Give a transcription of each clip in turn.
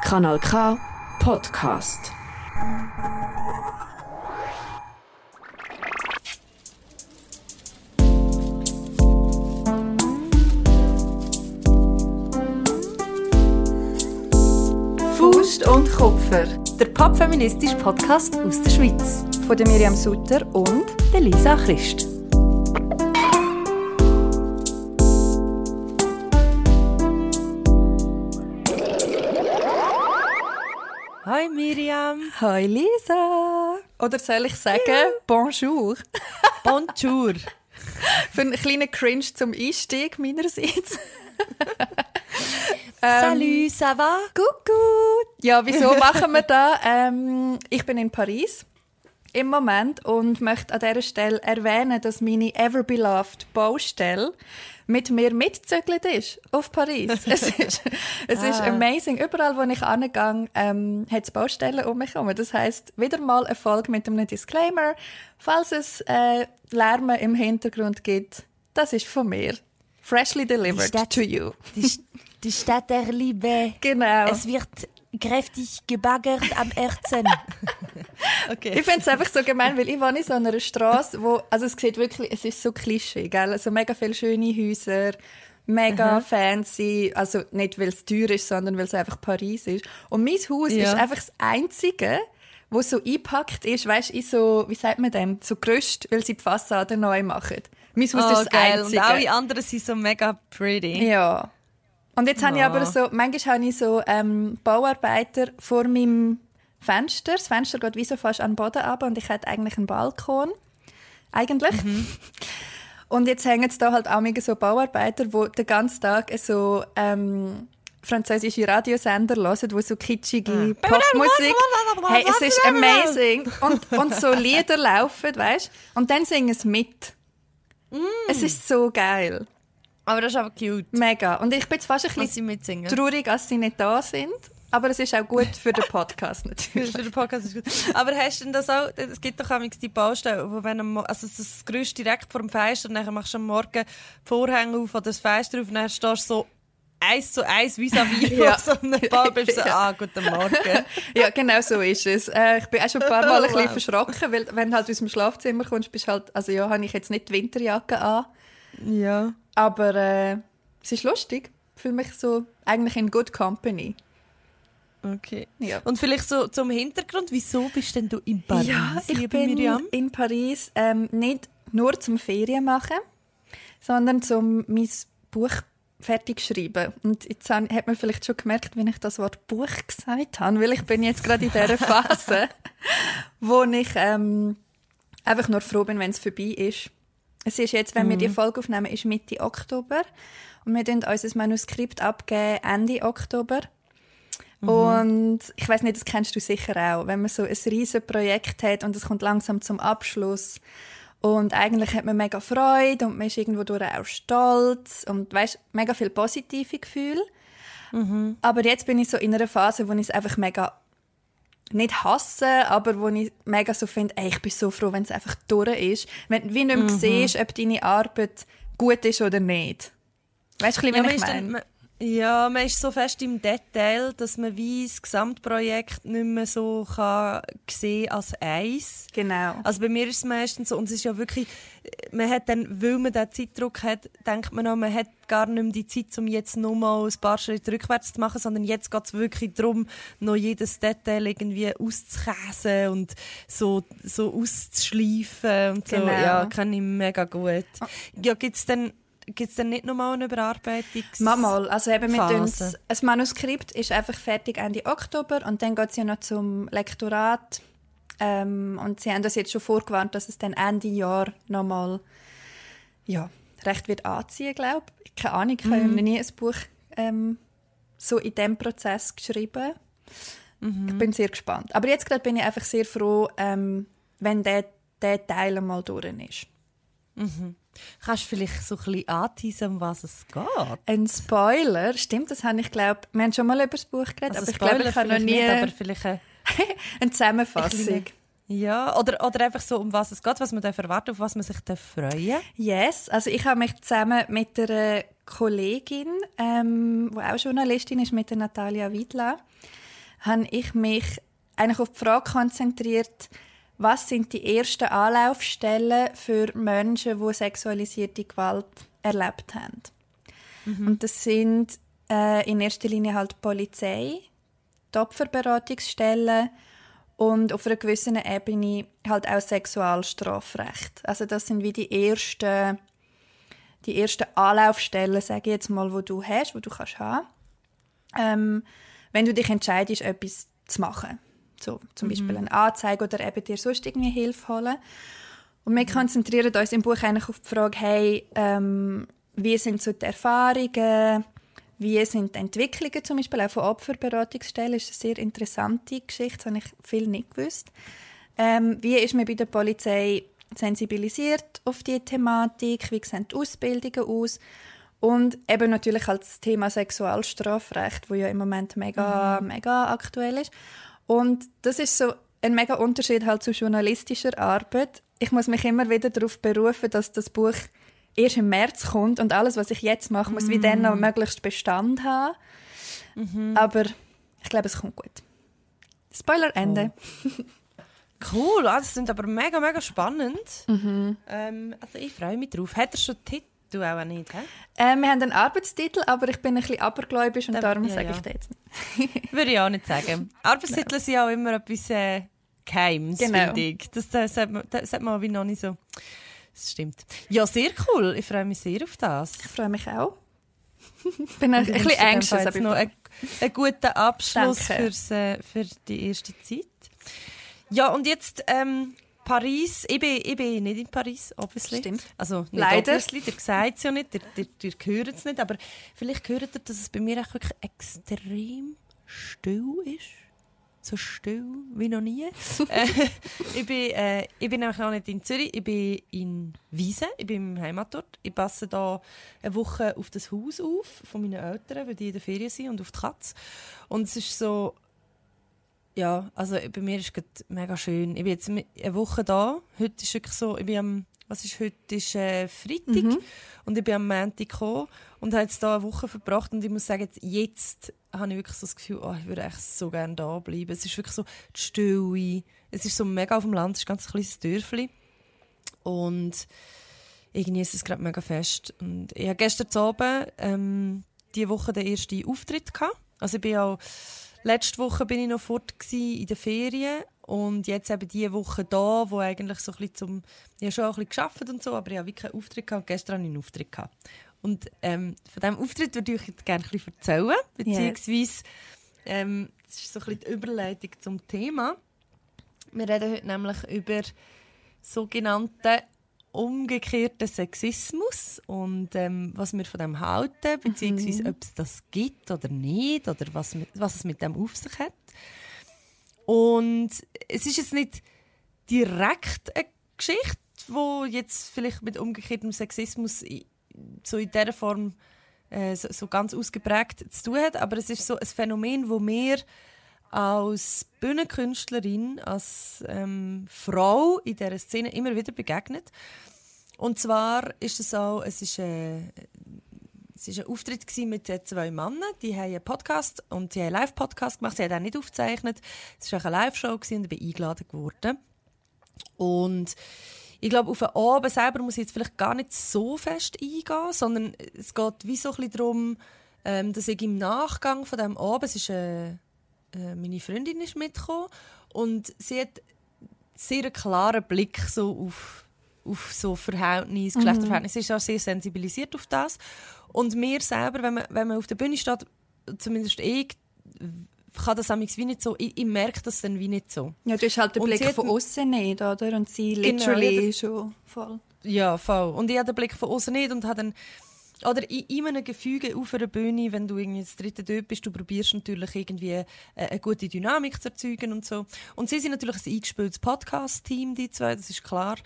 Kanal K Podcast. Faust und Kupfer, der popfeministische Podcast aus der Schweiz. Von der Miriam Sutter und der Lisa Christ. Hi Miriam. Hi Lisa. Oder soll ich sagen, bonjour? Bonjour. Für einen kleinen Cringe zum Einstieg meinerseits. Salut, ça va? Coucou. Ja, wieso machen wir das? Ich bin in Paris im Moment und möchte an dieser Stelle erwähnen, dass meine ever-beloved Baustelle mit mir mitgezögert ist auf Paris. Es ist amazing. Überall, wo ich hingehe, hat es Baustellen um mich herum. Das heisst, wieder mal eine Folge mit einem Disclaimer. Falls es Lärm im Hintergrund gibt, das ist von mir. Freshly delivered to you. Die Stadt der Liebe. Genau. Es wird kräftig gebaggert am Herzen. Okay. Ich finde es einfach so gemein, weil ich wohne in so einer Straße, wo, also es sieht wirklich, es ist so Klischee, gell? Also mega viele schöne Häuser, mega fancy, also nicht, weil es teuer ist, sondern weil es einfach Paris ist. Und mein Haus ist einfach das einzige, wo so eingepackt ist, weißt du, in so, wie sagt man dem, so Gerüst, weil sie die Fassade neu machen. Mein Haus ist das geil. einzige. Und alle anderen sind so mega pretty. Ja. Und jetzt habe ich aber so, manchmal habe ich so Bauarbeiter vor meinem Fenster. Das Fenster geht wie so fast an den Boden runter und ich hätte eigentlich einen Balkon. Eigentlich. Und jetzt hängen da halt auch so Bauarbeiter, die den ganzen Tag so französische Radiosender hören, die so kitschige Popmusik. Hey, es ist amazing. Und so Lieder laufen, weißt du? Und dann singen sie mit. Es ist so geil. Aber das ist aber cute. Mega. Und ich bin jetzt fast ein bisschen traurig, dass sie nicht da sind. Aber es ist auch gut für den Podcast natürlich. Für den Podcast ist gut. Aber hast du denn das auch, es gibt doch manchmal die Baustelle, wo wenn also das Gerüst direkt vor dem Fenster und dann machst du am Morgen die Vorhänge auf oder das Fenster auf und dann stehst du so 1:1 vis-à-vis so einem Ball, bist du so, guten Morgen. Ja, genau so ist es. Ich bin auch schon ein paar Mal ein bisschen verschrocken, weil wenn du halt aus dem Schlafzimmer kommst, bist halt, also ja, habe ich jetzt nicht die Winterjacke an. Ja. Aber es ist lustig. Ich fühle mich so eigentlich in good company. Okay. Ja. Und vielleicht so zum Hintergrund, wieso bist denn du in Paris, ja, ich bin Miriam? In Paris nicht nur zum Ferien machen, sondern zum mein Buch fertig schreiben. Und jetzt hat man vielleicht schon gemerkt, wenn ich das Wort Buch gesagt habe, weil ich bin jetzt gerade in dieser Phase, wo ich einfach nur froh bin, wenn es vorbei ist. Es ist jetzt, wenn wir die Folge aufnehmen, ist Mitte Oktober und wir geben unser Manuskript abgeben Ende Oktober. Und ich weiss nicht, das kennst du sicher auch, wenn man so ein riesiges Projekt hat und es kommt langsam zum Abschluss und eigentlich hat man mega Freude und man ist irgendwo durch auch stolz und weißt, mega viel positive Gefühle. Aber jetzt bin ich so in einer Phase, wo ich es einfach mega nicht hasse, aber wo ich mega so finde, ich bin so froh, wenn es einfach durch ist. Wenn du wie nicht mehr siehst, ob deine Arbeit gut ist oder nicht. Weißt du, wie ich meine? Ja, man ist so fest im Detail, dass man wie das Gesamtprojekt nicht mehr so kann sehen als eins. Genau. Also bei mir ist es meistens so, und es ist ja wirklich, man hat dann, weil man diesen Zeitdruck hat, denkt man auch, man hat gar nicht mehr die Zeit, um jetzt nur mal ein paar Schritte rückwärts zu machen, sondern jetzt geht es wirklich darum, noch jedes Detail irgendwie auszukäsen und so auszuschleifen und so. Genau. Ja, kann ich mega gut. Ja, gibt es denn nicht nochmal eine Überarbeitung? Mal. Also eben mit uns, ein Manuskript ist einfach fertig Ende Oktober und dann geht es ja noch zum Lektorat. Und sie haben das jetzt schon vorgewarnt, dass es dann Ende Jahr nochmal recht wird anziehen, glaube ich. Keine Ahnung, ich habe noch nie ein Buch so in diesem Prozess geschrieben. Ich bin sehr gespannt. Aber jetzt gerade bin ich einfach sehr froh, wenn der Teil mal durch ist. Kannst du vielleicht so ein bisschen anteasen, um was es geht? Ein Spoiler, stimmt, das habe ich glaube, wir haben schon mal über das Buch geredet, also aber ich glaube, ich habe noch nie nicht, aber vielleicht eine Zusammenfassung. Ja, oder einfach so, um was es geht, was man erwarten, auf was man sich freuen darf. Yes, also ich habe mich zusammen mit einer Kollegin, die auch Journalistin ist, mit der Natalia Wiedla, habe ich mich eigentlich auf die Frage konzentriert, was sind die ersten Anlaufstellen für Menschen, die sexualisierte Gewalt erlebt haben. Und das sind in erster Linie halt die Polizei, die Opferberatungsstellen und auf einer gewissen Ebene halt auch Sexualstrafrecht. Also das sind wie die ersten Anlaufstellen, sage ich jetzt mal, die du hast, die du kannst haben, wenn du dich entscheidest, etwas zu machen. So, zum Beispiel eine Anzeige oder eben dir sonst irgendwie Hilfe holen. Und wir konzentrieren uns im Buch eigentlich auf die Frage, hey, wie sind so die Erfahrungen, wie sind die Entwicklungen zum Beispiel auch von Opferberatungsstellen. Das ist eine sehr interessante Geschichte, das habe ich viel nicht gewusst. Wie ist man bei der Polizei sensibilisiert auf diese Thematik, wie sehen die Ausbildungen aus und eben natürlich als das Thema Sexualstrafrecht, das ja im Moment mega aktuell ist. Und das ist so ein mega Unterschied halt zu journalistischer Arbeit. Ich muss mich immer wieder darauf berufen, dass das Buch erst im März kommt und alles, was ich jetzt mache, muss wie dann noch möglichst Bestand haben. Aber ich glaube, es kommt gut. Spoiler, Ende. Cool, das klingt aber mega, mega spannend. Also ich freue mich drauf. Hat er schon Titel? Du auch nicht, hä? Wir haben einen Arbeitstitel, aber ich bin ein bisschen abergläubisch und darum sage ich das jetzt nicht. Würde ich auch nicht sagen. Arbeitstitel sind auch immer etwas Geheimes, finde ich. Das sagt man wie noch nicht so. Das stimmt. Ja, sehr cool. Ich freue mich sehr auf das. Ich freue mich auch. Ich bin ein bisschen anxious. Jetzt noch einen guten Abschluss für die erste Zeit. Ja, und jetzt Paris. Ich bin nicht in Paris, obviously. Stimmt. Also nicht leider. Obviously, ihr sagt es ja nicht, ihr hört es nicht, aber vielleicht hört ihr, dass es bei mir auch wirklich extrem still ist. So still wie noch nie. Ich bin nämlich auch nicht in Zürich, ich bin in Wiesen, ich bin im Heimatort. Ich passe da eine Woche auf das Haus auf von meinen Eltern, weil die in der Ferien sind, und auf die Katze. Und es ist so, ja, also bei mir ist es mega schön. Ich bin jetzt eine Woche da. Heute ist wirklich so, ich bin am, was ist heute? Ist Freitag. Und ich bin am Montag gekommen und habe jetzt da eine Woche verbracht. Und ich muss sagen, jetzt habe ich wirklich so das Gefühl, ich würde echt so gerne da bleiben. Es ist wirklich so die Stille. Es ist so mega auf dem Land, es ist ein ganz kleines Dörfli. Und ich genieße es gerade mega fest. Und ich hatte gestern Abend diese Woche den ersten Auftritt gehabt. Also ich bin auch letzte Woche bin ich noch fort in den Ferien und jetzt eben diese Woche da, wo eigentlich so ein bisschen ich habe schon auch ein bisschen gearbeitet und so, aber ich habe wirklich keinen Auftritt gehabt. Gestern hatte ich einen Auftritt gehabt. Und von diesem Auftritt würde ich euch jetzt gerne ein bisschen erzählen, beziehungsweise das ist so ein bisschen die Überleitung zum Thema. Wir reden heute nämlich über sogenannten umgekehrten Sexismus und was wir von dem halten, beziehungsweise ob es das gibt oder nicht, oder was es mit dem auf sich hat. Und es ist jetzt nicht direkt eine Geschichte, die jetzt vielleicht mit umgekehrtem Sexismus so in dieser Form so ganz ausgeprägt zu tun hat, aber es ist so ein Phänomen, das wir als Bühnenkünstlerin, als Frau in dieser Szene immer wieder begegnet. Und zwar ist es auch, es ist ein Auftritt mit 2 Männern, die haben einen Podcast und sie haben einen Live-Podcast gemacht, sie haben auch nicht aufgezeichnet. Es war auch eine Live-Show und ich bin eingeladen worden. Und ich glaube, auf den Abend selber muss ich jetzt vielleicht gar nicht so fest eingehen, sondern es geht wie so ein bisschen darum, dass ich im Nachgang von diesem Abend, es ist meine Freundin ist mitgekommen und sie hat sehr einen klaren Blick so auf so Verhältnisse, Geschlechterverhältnisse. Sie ist auch sehr sensibilisiert auf das. Und mir selber, wenn man auf der Bühne steht, zumindest ich, kann das wie nicht so, ich merke das dann wie nicht so. Ja, du hast halt den Blick von außen nicht, oder? Und sie literally schon voll. Ja, voll. Und ich habe den Blick von außen nicht und habe dann, oder in einem Gefüge auf einer Bühne, wenn du irgendwie das dritte dort bist, du probierst natürlich irgendwie eine gute Dynamik zu erzeugen und so. Und sie sind natürlich ein eingespieltes Podcast-Team, die 2, das ist klar.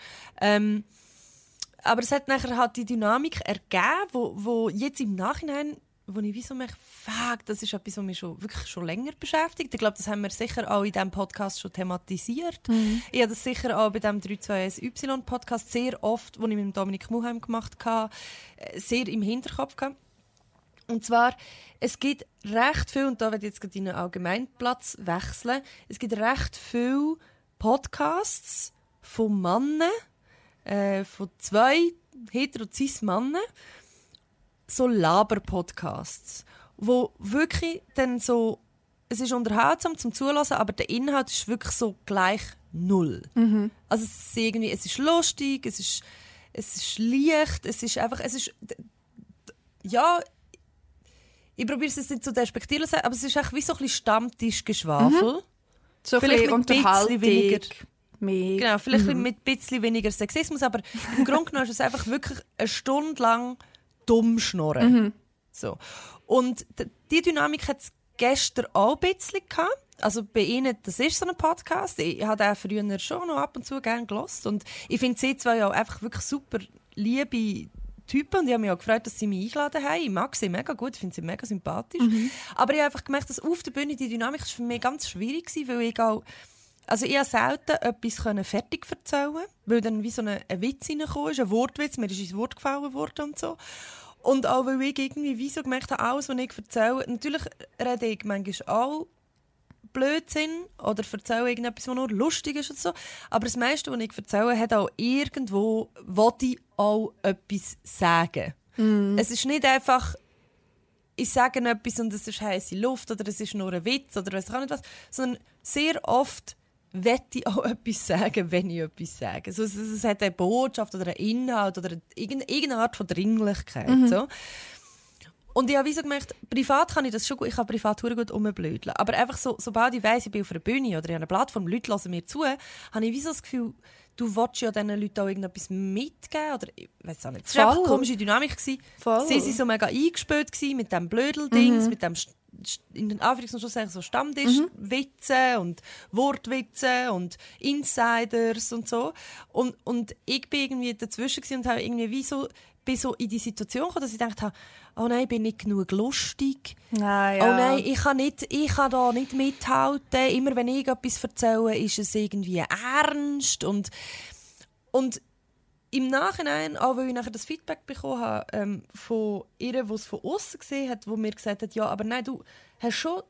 Aber es hat nachher halt die Dynamik ergeben, wo jetzt im Nachhinein, wo ich wie so merke, fuck, das ist etwas, was mich wirklich schon länger beschäftigt. Ich glaube, das haben wir sicher auch in diesem Podcast schon thematisiert. Ich habe das sicher auch bei diesem 321Y-Podcast sehr oft, den ich mit Dominik Muheim gemacht habe, sehr im Hinterkopf gehabt. Und zwar, es gibt recht viel, und da werde ich jetzt gerade in einen Allgemeinplatz wechseln, es gibt recht viele Podcasts von Männern, von 2 hetero-cis-Männern, so Laber-Podcasts, wo wirklich dann so, es ist unterhaltsam zum Zuhören, aber der Inhalt ist wirklich so gleich 0. Also es ist lustig, es ist leicht, es ist einfach, ja, ich probiere es jetzt nicht zu despektierlich zu sagen, aber es ist echt wie so ein bisschen Stammtischgeschwafel. So vielleicht ein bisschen Unterhaltung. weniger, Mehr. genau, vielleicht mit ein bisschen weniger Sexismus, aber im Grunde genommen ist es einfach wirklich eine Stunde lang dumm schnurren. So. Und die Dynamik hat es gestern auch ein bisschen gehabt. Also bei ihnen, das ist so ein Podcast. Ich habe den früher schon noch ab und zu gerne gehört. Und ich finde sie zwei auch einfach wirklich super liebe Typen. Und ich habe mich auch gefreut, dass sie mich eingeladen haben. Ich mag sie mega gut, ich finde sie mega sympathisch. Aber ich habe einfach gemerkt, dass auf der Bühne die Dynamik ist für mich ganz schwierig war, weil ich auch... Also ich konnte selten etwas fertig erzählen, weil dann wie so ein Witz reingekommen ist, ein Wortwitz, mir ist ins Wort gefallen worden und so. Und auch weil ich irgendwie wie so gemerkt habe, alles, was ich erzähle, natürlich rede ich manchmal auch Blödsinn oder erzähle irgendetwas, was nur lustig ist und so. Aber das meiste, was ich erzähle, hat auch irgendwo, will ich auch etwas sagen. Es ist nicht einfach, ich sage etwas und es ist heisse Luft oder es ist nur ein Witz oder weiss ich auch nicht was, sondern sehr oft möchte ich auch etwas sagen, wenn ich etwas sage. Also es hat eine Botschaft oder einen Inhalt oder irgendeine Art von Dringlichkeit. So. Und ich habe wie so gemerkt, privat kann ich das schon gut, ich kann privat sehr gut rumblödeln. Aber einfach so, sobald ich weiss, ich bin auf einer Bühne oder in einer Plattform, Leute hören mir zu, habe ich wie so das Gefühl, du willst ja diesen Leuten auch irgendetwas mitgeben. Oder ich weiss auch nicht. Es war einfach eine komische Dynamik. Sie waren so mega eingespielt mit diesem Blödel-Dings, mit dem in den Anführungs- und Schluss so Stammtischwitze und Wortwitze und Insiders und so. Und ich bin irgendwie dazwischen und habe irgendwie wie so, bin so in die Situation gekommen, dass ich dachte, oh nein, ich bin nicht genug lustig. Ja. Oh nein, ich kann da nicht mithalten. Immer wenn ich etwas erzähle, ist es irgendwie ernst. Und im Nachhinein, auch weil ich nachher das Feedback bekommen habe von ihr, die es von außen gesehen hat, wo mir gesagt hat, ja, aber nein, du hast schon...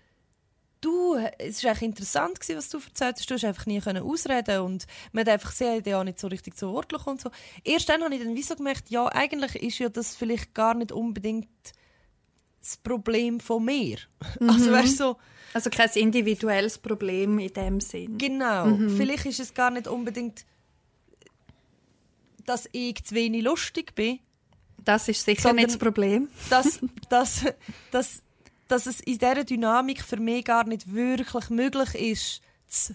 es war echt interessant, was du erzählt hast. Du hast einfach nie ausreden und man hat einfach sehr auch nicht so richtig zu Wort gekommen und so. Erst dann habe ich dann wie so gemerkt, ja, eigentlich ist ja das vielleicht gar nicht unbedingt das Problem von mir. Also, weißt, so, also kein individuelles Problem in dem Sinn. Genau. Vielleicht ist es gar nicht unbedingt, dass ich zu wenig lustig bin. Das ist sicher nicht das Problem. Dass es in dieser Dynamik für mich gar nicht wirklich möglich ist, zu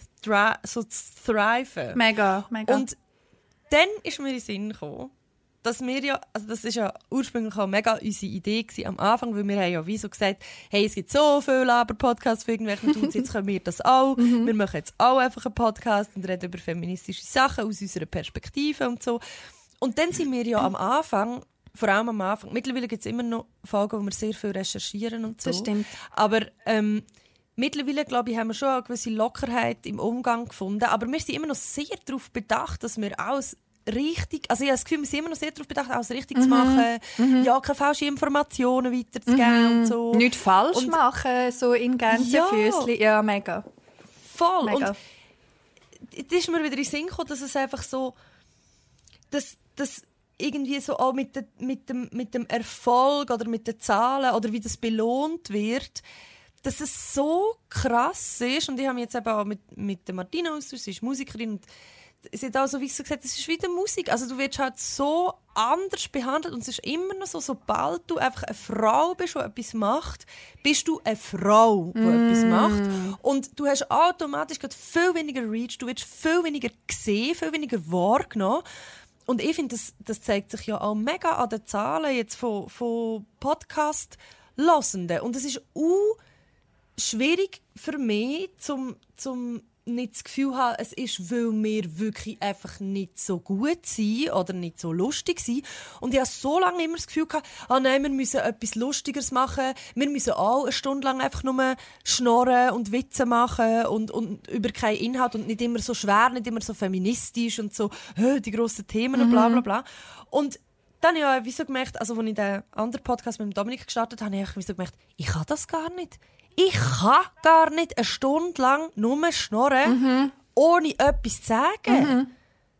thriven. Mega. Und dann ist mir in den Sinn gekommen, dass wir ja, also das ist ja ursprünglich auch mega unsere Idee gewesen am Anfang, weil wir haben ja wie so gesagt, hey, es gibt so viele Laber-Podcasts für irgendwelche Dudes, jetzt können wir das auch. Wir machen jetzt auch einfach einen Podcast und reden über feministische Sachen aus unserer Perspektive und so. Und dann sind wir ja am Anfang, vor allem am Anfang, mittlerweile gibt es immer noch Folgen, wo wir sehr viel recherchieren und so. Das stimmt. Aber mittlerweile, glaube ich, haben wir schon eine gewisse Lockerheit im Umgang gefunden. Aber wir sind immer noch sehr darauf bedacht, dass wir alles richtig, also ich habe das Gefühl, wir sind immer noch sehr darauf bedacht, alles richtig zu machen, ja, keine falschen Informationen weiterzugeben und so. Nicht falsch machen, so in Gänsefüßchen. Ja, mega. Voll. Mega. Und es ist mir wieder in den Sinn gekommen, dass es einfach so, dass irgendwie so auch mit dem Erfolg oder mit den Zahlen oder wie das belohnt wird, dass es so krass ist. Und ich habe mich jetzt eben auch mit der Martina austauscht, sie ist Musikerin, und sie hat auch so wie so gesagt, es ist wieder Musik. Also du wirst halt so anders behandelt und es ist immer noch so, sobald du einfach eine Frau bist, die etwas macht, bist du eine Frau, die etwas macht. Und du hast automatisch viel weniger Reach, du wirst viel weniger gesehen, viel weniger wahrgenommen. Und ich finde, das zeigt sich ja auch mega an den Zahlen jetzt von Podcast-Hörenden. Und es ist schwierig für mich, zum nicht das Gefühl haben, es ist, weil wir wirklich einfach nicht so gut sind oder nicht so lustig sind. Und ich habe so lange immer das Gefühl gehabt, nein, wir müssen etwas Lustigeres machen. Wir müssen auch eine Stunde lang einfach nur schnorren und Witze machen und über keinen Inhalt und nicht immer so schwer, nicht immer so feministisch und so die grossen Themen und bla bla bla. Und dann habe ich ja gemerkt, also als ich den anderen Podcast mit dem Dominik gestartet habe, habe ich gemerkt, ich kann das gar nicht. Ich kann gar nicht eine Stunde lang nur schnurren, ohne etwas zu sagen.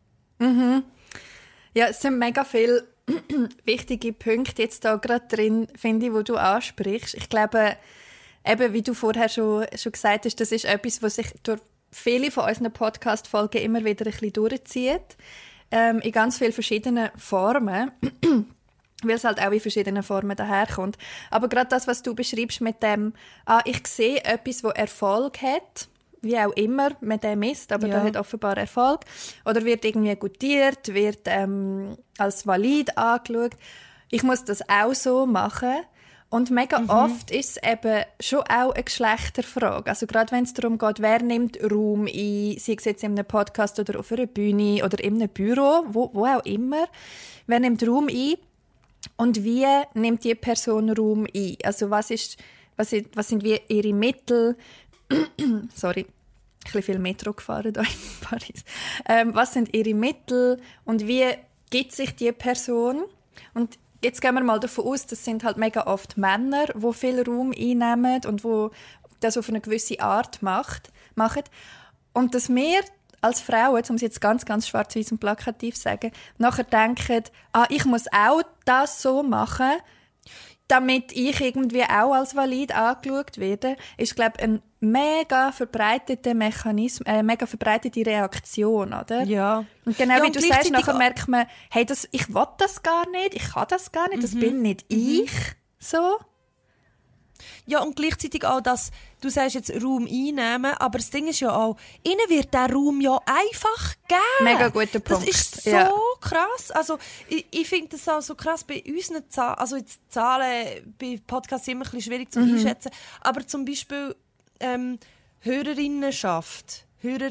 Ja, es sind mega viele wichtige Punkte jetzt da gerade drin, finde ich, die du ansprichst. Ich glaube, eben, wie du vorher schon gesagt hast, das ist etwas, was sich durch viele von unseren Podcast-Folgen immer wieder ein bisschen durchzieht. In ganz vielen verschiedenen Formen. Weil es halt auch in verschiedenen Formen daherkommt. Aber gerade das, was du beschreibst mit dem, ich sehe etwas, das Erfolg hat, wie auch immer man den misst, aber der hat offenbar Erfolg. Oder wird irgendwie gutiert, wird als valid angeschaut. Ich muss das auch so machen. Und mega oft ist es eben schon auch eine Geschlechterfrage. Also gerade wenn es darum geht, wer nimmt Raum ein, sei es jetzt in einem Podcast oder auf einer Bühne oder in einem Büro, wo auch immer. Wer nimmt Raum ein und wie nimmt die Person Raum ein? Also was sind wie ihre Mittel? Sorry, ein bisschen viel Metro gefahren hier in Paris. Was sind ihre Mittel und wie gibt sich die Person? Und jetzt gehen wir mal davon aus, das sind halt mega oft Männer, die viel Raum einnehmen und die das auf eine gewisse Art machen. Und dass wir als Frauen, um es jetzt ganz, ganz schwarz-weiß und plakativ zu sagen, nachher denken, ich muss auch das so machen, damit ich irgendwie auch als valid angeschaut werde, ist, glaube ich, ein mega verbreiteter Mechanismus, mega verbreitete Reaktion, oder? Ja. Und genau wie du sagst, nachher merkt man, hey, ich will das gar nicht, ich kann das gar nicht, das bin nicht ich, so. Ja, und gleichzeitig auch, dass du sagst jetzt Raum einnehmen, aber das Ding ist ja auch, ihnen wird der Raum ja einfach geben. Mega guter Punkt. Das ist so krass. Also, ich finde das auch so krass bei unseren Zahlen. Also, jetzt Zahlen bei Podcasts sind immer ein bisschen schwierig zu einschätzen. Aber zum Beispiel Hörerinnenschaft.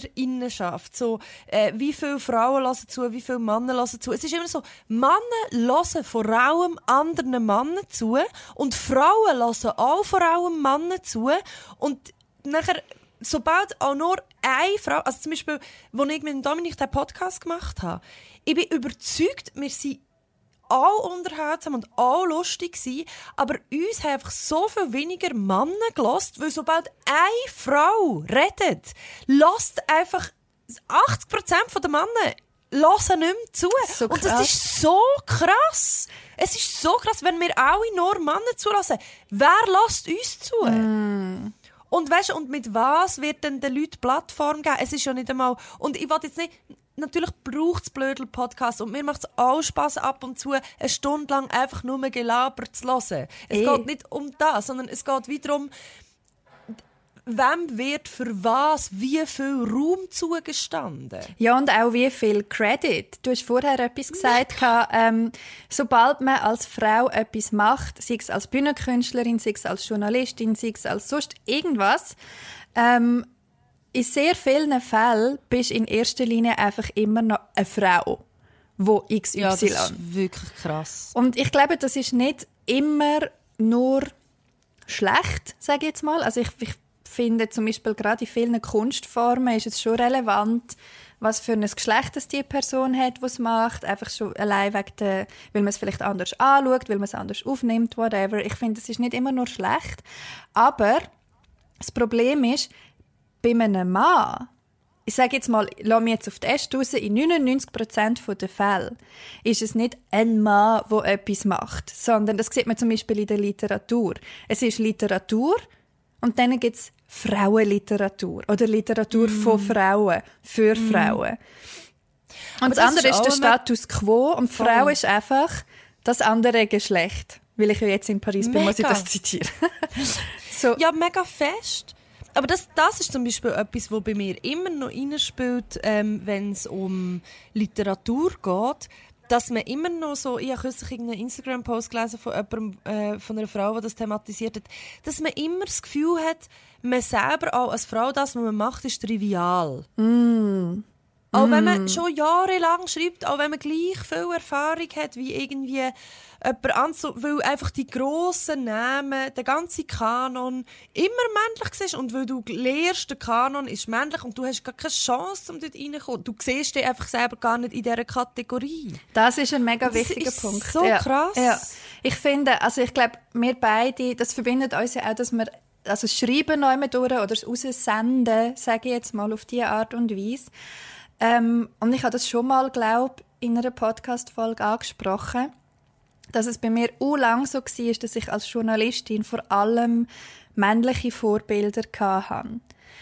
So, wie viele Frauen hören zu, wie viele Männer hören zu. Es ist immer so, Männer hören vor allem anderen Männern zu und Frauen hören auch vor allem Männern zu. Und nachher, sobald auch nur eine Frau, also zum Beispiel, als ich mit Dominik den Podcast gemacht habe, ich bin überzeugt, wir sind alle unterhaltsam und alle lustig gewesen, aber uns haben einfach so viel weniger Männer gehört, weil sobald eine Frau redet, hört einfach 80% der Männer hören nicht mehr zu. So und das ist so krass. Es ist so krass, wenn wir alle nur Männer zulassen. Wer lässt uns zu? Und weißt, und mit was wird denn den Leuten Plattform geben? Es ist ja nicht einmal... Und ich will jetzt nicht... Natürlich braucht es Blödel-Podcast und mir macht es auch Spass, ab und zu eine Stunde lang einfach nur Gelaber zu hören. Es geht nicht um das, sondern es geht wieder um, wem wird für was wie viel Raum zugestanden. Ja, und auch wie viel Credit. Du hast vorher etwas gesagt, sobald man als Frau etwas macht, sei es als Bühnenkünstlerin, sei es als Journalistin, sei es als sonst irgendwas, in sehr vielen Fällen bist du in erster Linie einfach immer noch eine Frau, die XY. Ja, das ist wirklich krass. Und ich glaube, das ist nicht immer nur schlecht, sage ich jetzt mal. Also ich finde zum Beispiel gerade in vielen Kunstformen ist es schon relevant, was für ein Geschlecht das die Person hat, die es macht. Einfach schon allein weil man es vielleicht anders anschaut, weil man es anders aufnimmt, whatever. Ich finde, das ist nicht immer nur schlecht. Aber das Problem ist, bei einem Mann, ich sage jetzt mal, lass mich jetzt auf die Äste raus, in 99% der Fälle ist es nicht ein Mann, der etwas macht, sondern das sieht man zum Beispiel in der Literatur. Es ist Literatur und dann gibt es Frauenliteratur oder Literatur von Frauen, für Frauen. Und das andere ist der Status quo und Frau ist einfach das andere Geschlecht. Weil ich ja jetzt in Paris bin, muss ich das zitieren. So. Ja, mega fest. Aber das ist zum Beispiel etwas, was bei mir immer noch reinspielt, wenn es um Literatur geht, dass man immer noch so, ich habe kürzlich einen Instagram-Post gelesen von jemandem, von einer Frau, die das thematisiert hat, dass man immer das Gefühl hat, man selber auch als Frau, das, was man macht, ist trivial. Auch wenn man schon jahrelang schreibt, auch wenn man gleich viel Erfahrung hat wie irgendwie jemand anderes, weil einfach die grossen Namen, der ganze Kanon immer männlich ist und weil du lehrst, der Kanon ist männlich und du hast gar keine Chance, um dort reinzukommen. Du siehst dich einfach selber gar nicht in dieser Kategorie. Das ist ein mega wichtiger Punkt. So krass. Ja. Ich finde, also ich glaube, wir beide, das verbindet uns ja auch, dass wir also das Schreiben neu durch oder das Raussenden, sage ich jetzt mal auf diese Art und Weise. Und ich habe das schon mal, glaube ich, in einer Podcast-Folge angesprochen, dass es bei mir lang so war, dass ich als Journalistin vor allem männliche Vorbilder hatte.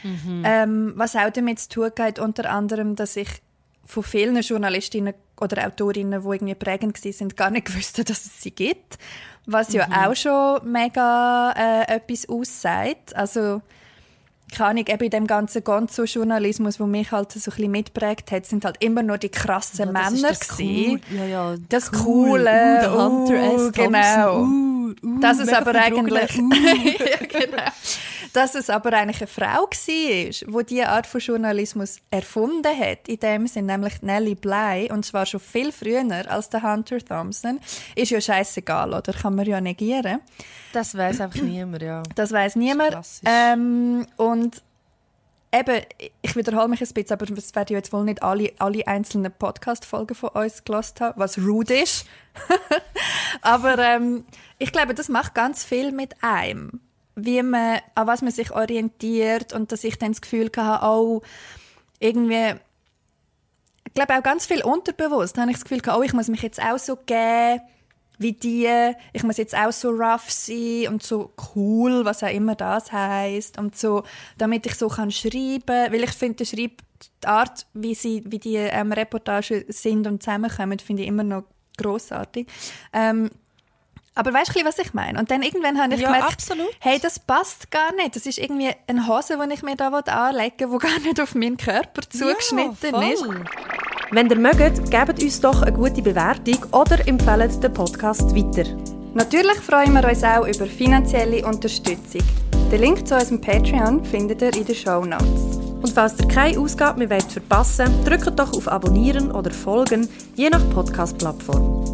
Was auch damit zu tun hat, unter anderem, dass ich von vielen Journalistinnen oder Autorinnen, die irgendwie prägend waren, gar nicht wusste, dass es sie gibt. Was ja auch schon mega etwas aussagt. Also, keine Ahnung, eben in dem ganzen Gonzo-Journalismus, der mich halt so ein bisschen mitprägt hat, sind halt immer nur die krassen Männer gewesen. Cool. Das Coole. Der Hunter S. Genau. Das ist aber eigentlich... ja, genau. Dass es aber eigentlich eine Frau war, die diese Art von Journalismus erfunden hat, in dem Sinn, nämlich Nellie Bly, und zwar schon viel früher als der Hunter Thompson. Ist ja scheissegal, oder? Kann man ja negieren. Das weiss einfach niemand, ja. Das weiss niemand. Und eben, ich wiederhole mich ein bisschen, aber es werden ja jetzt wohl nicht alle einzelnen Podcast-Folgen von uns gehört haben, was rude ist. Aber ich glaube, das macht ganz viel mit einem. Wie man, an was man sich orientiert und dass ich dann das Gefühl hatte, auch irgendwie, ich glaube auch ganz viel unterbewusst, da habe ich das Gefühl gehabt, ich muss mich jetzt auch so geben wie die, ich muss jetzt auch so rough sein und so cool, was auch immer das heisst, und so, damit ich so kann schreiben, weil ich finde, die Art, wie die Reportagen sind und zusammenkommen, finde ich immer noch grossartig. Aber weißt du, was ich meine? Und dann irgendwann habe ich gemerkt, absolut. Hey, das passt gar nicht. Das ist irgendwie eine Hose, die ich mir da anlegen will, die gar nicht auf meinen Körper zugeschnitten ist. Wenn ihr mögt, gebt uns doch eine gute Bewertung oder empfehlt den Podcast weiter. Natürlich freuen wir uns auch über finanzielle Unterstützung. Den Link zu unserem Patreon findet ihr in den Shownotes. Und falls ihr keine Ausgabe mehr verpassen wollt, drückt doch auf Abonnieren oder Folgen, je nach Podcast-Plattform.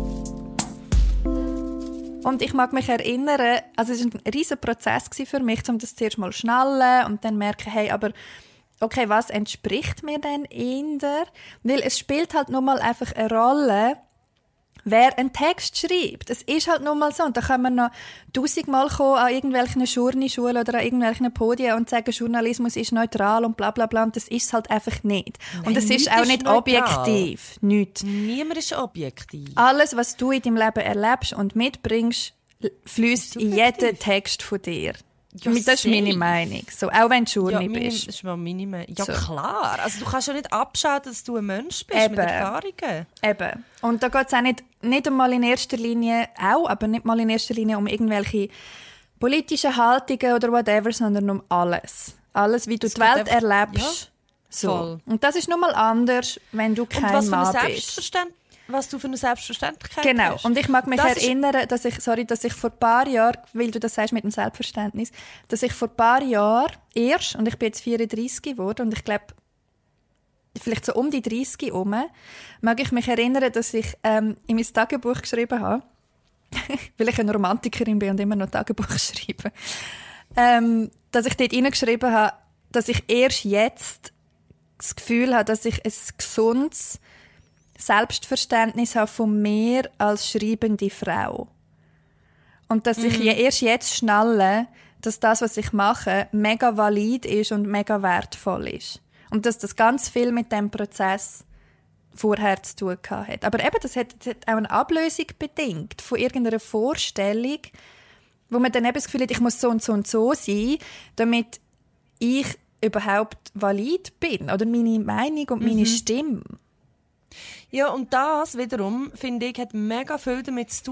Und ich mag mich erinnern, also es war ein riesiger Prozess für mich, um das zuerst mal zu schnallen und dann merken, hey, aber okay, was entspricht mir denn eher? Weil es spielt halt nun mal einfach eine Rolle, wer einen Text schreibt. Es ist halt nun mal so. Und da kann man noch 1000-mal kommen an irgendwelchen Journalischulen oder an irgendwelchen Podien und sagen, Journalismus ist neutral und bla bla bla. Und das ist es halt einfach nicht. Nein, und es ist auch nicht objektiv. Nicht. Niemand ist objektiv. Alles, was du in deinem Leben erlebst und mitbringst, fließt in jeden Text von dir. Ja, das ist meine Meinung. So, auch wenn du Journal bist. Das ist mal meine Meinung. Ja, So. klar. Also, du kannst ja nicht abschalten, dass du ein Mensch bist mit Eben. Erfahrungen. Eben. Und da geht es auch nicht einmal in erster Linie, aber nicht mal in erster Linie um irgendwelche politischen Haltungen oder whatever, sondern um alles. Alles, wie du die Welt erlebst. So. voll. Und das ist nun mal anders, wenn du Und kein was für Mann eine bist. Was du für eine Selbstverständlichkeit Genau. hast. Und ich mag mich Das ist- erinnern, dass ich vor ein paar Jahren, weil du das sagst mit dem Selbstverständnis, dass ich vor ein paar Jahren erst, und ich bin jetzt 34 geworden, und ich glaube, vielleicht so um die 30 herum, mag ich mich erinnern, dass ich in mein Tagebuch geschrieben habe, weil ich eine Romantikerin bin und immer noch Tagebuch schreibe, dass ich dort hineingeschrieben habe, dass ich erst jetzt das Gefühl habe, dass ich ein gesundes Selbstverständnis habe von mir als schreibende Frau. Und dass ich erst jetzt schnalle, dass das, was ich mache, mega valid ist und mega wertvoll ist. Und dass das ganz viel mit dem Prozess vorher zu tun hat. Aber eben, das hat auch eine Ablösung bedingt von irgendeiner Vorstellung, wo man dann eben das Gefühl hat, ich muss so und so und so sein, damit ich überhaupt valid bin. Oder meine Meinung und meine Stimme. Ja, und das wiederum, finde ich, hat mega viel damit zu tun,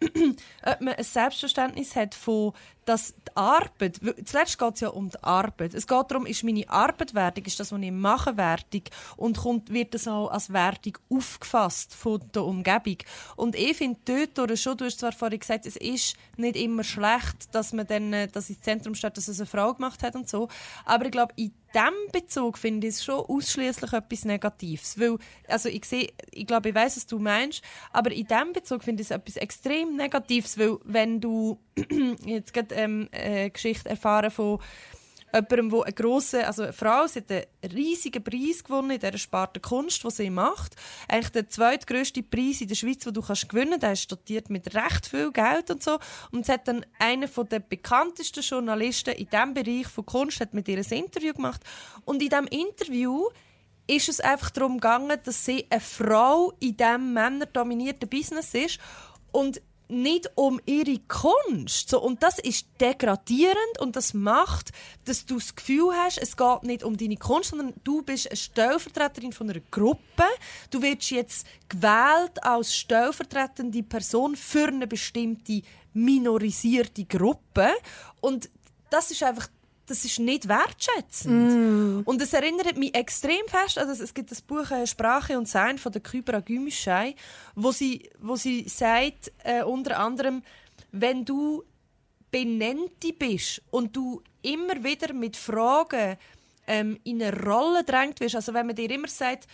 ob man ein Selbstverständnis hat von, dass die Arbeit, zuletzt geht es ja um die Arbeit. Es geht darum, ist meine Arbeit wertig, ist das, was ich mache, wertig und wird das auch als wertig aufgefasst von der Umgebung. Und ich finde dort schon, du hast zwar vorhin gesagt, es ist nicht immer schlecht, dass man dann das ins Zentrum steht, dass es eine Frau gemacht hat und so, aber ich glaube, in diesem Bezug finde ich es schon ausschliesslich etwas Negatives. Weil, also ich glaube, ich weiss, was du meinst, aber in diesem Bezug finde ich es etwas extrem Negatives, weil wenn du jetzt gerade eine Geschichte erfahren von jemandem, der eine Frau, sie hat einen riesigen Preis gewonnen in dieser Sparte Kunst, die sie macht. Eigentlich der zweitgrösste Preis in der Schweiz, den du gewinnen kannst. Der ist dotiert mit recht viel Geld und so. Und es hat dann einer der bekanntesten Journalisten in diesem Bereich von Kunst hat mit ihr ein Interview gemacht. Und in diesem Interview ist es einfach darum gegangen, dass sie eine Frau in diesem männerdominierten Business ist und nicht um ihre Kunst. So, und das ist degradierend und das macht, dass du das Gefühl hast, es geht nicht um deine Kunst, sondern du bist eine Stellvertreterin von einer Gruppe. Du wirst jetzt gewählt als stellvertretende Person für eine bestimmte minorisierte Gruppe. Und das ist einfach das ist nicht wertschätzend. Und es erinnert mich extrem fest, also es gibt das Buch «Sprache und Sein» von der Kübra Gümüşay, wo sie sagt, unter anderem, wenn du Benennte bist und du immer wieder mit Fragen in eine Rolle drängt wirst, also wenn man dir immer sagt,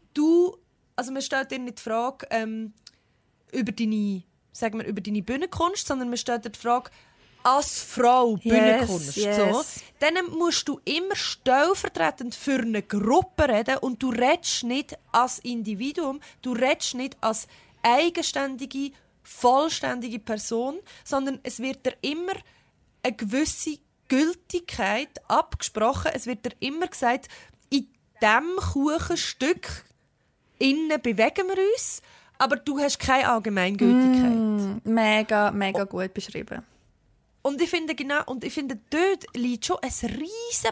man stellt dir nicht die Frage über deine Bühnenkunst, sondern man stellt dir die Frage, als Frau Bühnenkunst. Yes. So. Dann musst du immer stellvertretend für eine Gruppe reden und du redest nicht als Individuum, du redest nicht als eigenständige, vollständige Person, sondern es wird dir immer eine gewisse Gültigkeit abgesprochen. Es wird dir immer gesagt, in diesem Kuchenstück innen bewegen wir uns, aber du hast keine Allgemeingültigkeit. Mega, mega gut beschrieben. Und ich finde dort liegt schon ein riesiges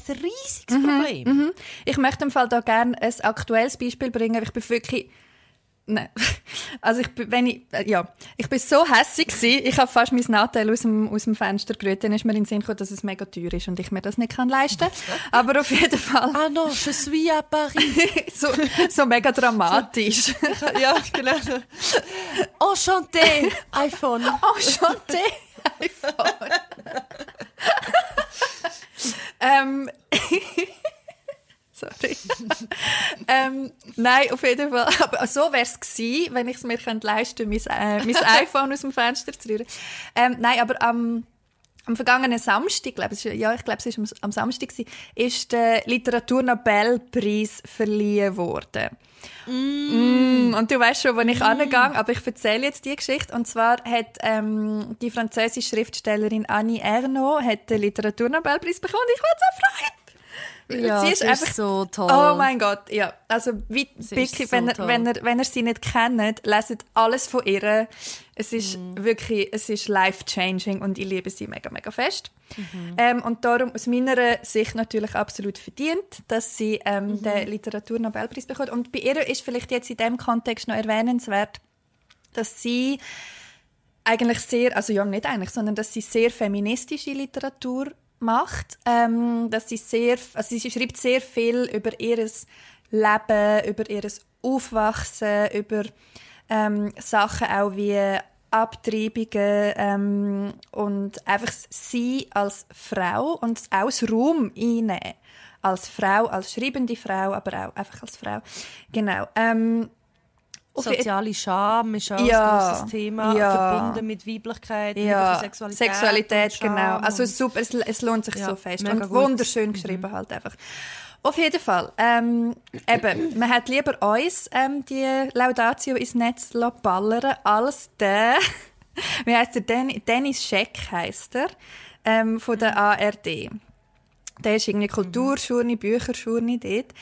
Problem. Ich möchte im Fall da gerne ein aktuelles Beispiel bringen. Ich bin wirklich... Nein. Also ich bin so hässig gewesen. Ich habe fast mein Nattel aus dem Fenster gerührt. Dann ist mir in den Sinn gekommen, dass es mega teuer ist und ich mir das nicht leisten kann. Aber auf jeden Fall... Ah non, je suis à Paris. so mega dramatisch. Ja, genau. Enchanté, iPhone. Enchanté, iPhone. Sorry. Nein, auf jeden Fall. Aber so wäre es gewesen, wenn ich es mir leisten könnte, mein iPhone aus dem Fenster zu rühren. Nein, aber am vergangenen Samstag, es war am Samstag, ist der Literaturnobelpreis verliehen worden. Und du weißt schon, wo ich angehe, aber ich erzähle jetzt die Geschichte. Und zwar hat die französische Schriftstellerin Annie Ernaux den Literaturnobelpreis bekommen. Ich war so erfreut. Ja, sie ist einfach so toll. Oh mein Gott, ja. Also wirklich, so wenn ihr sie nicht kennt, leset alles von ihr. Es ist wirklich, es ist life-changing und ich liebe sie mega, mega fest. Und darum aus meiner Sicht natürlich absolut verdient, dass sie den Literaturnobelpreis bekommt. Und bei ihr ist vielleicht jetzt in diesem Kontext noch erwähnenswert, dass sie eigentlich sondern dass sie sehr feministische Literatur macht, dass sie sie schreibt sehr viel über ihr Leben, über ihr Aufwachsen, über Sachen auch wie Abtreibungen und einfach sie als Frau und auch das Raum einnehmen. Als Frau, als schreibende Frau, aber auch einfach als Frau. Genau. Soziale Scham ist auch ein grosses Thema, verbunden mit Weiblichkeit, mit Sexualität, genau. Also super, es lohnt sich so fest. Und gut. Wunderschön geschrieben halt einfach. Auf jeden Fall. Man hat lieber uns die Laudatio ins Netz ballern als der, wie heisst der? Dennis Scheck heisst er, von der ARD. Der ist irgendwie Kulturschurni, Bücherschurni dort.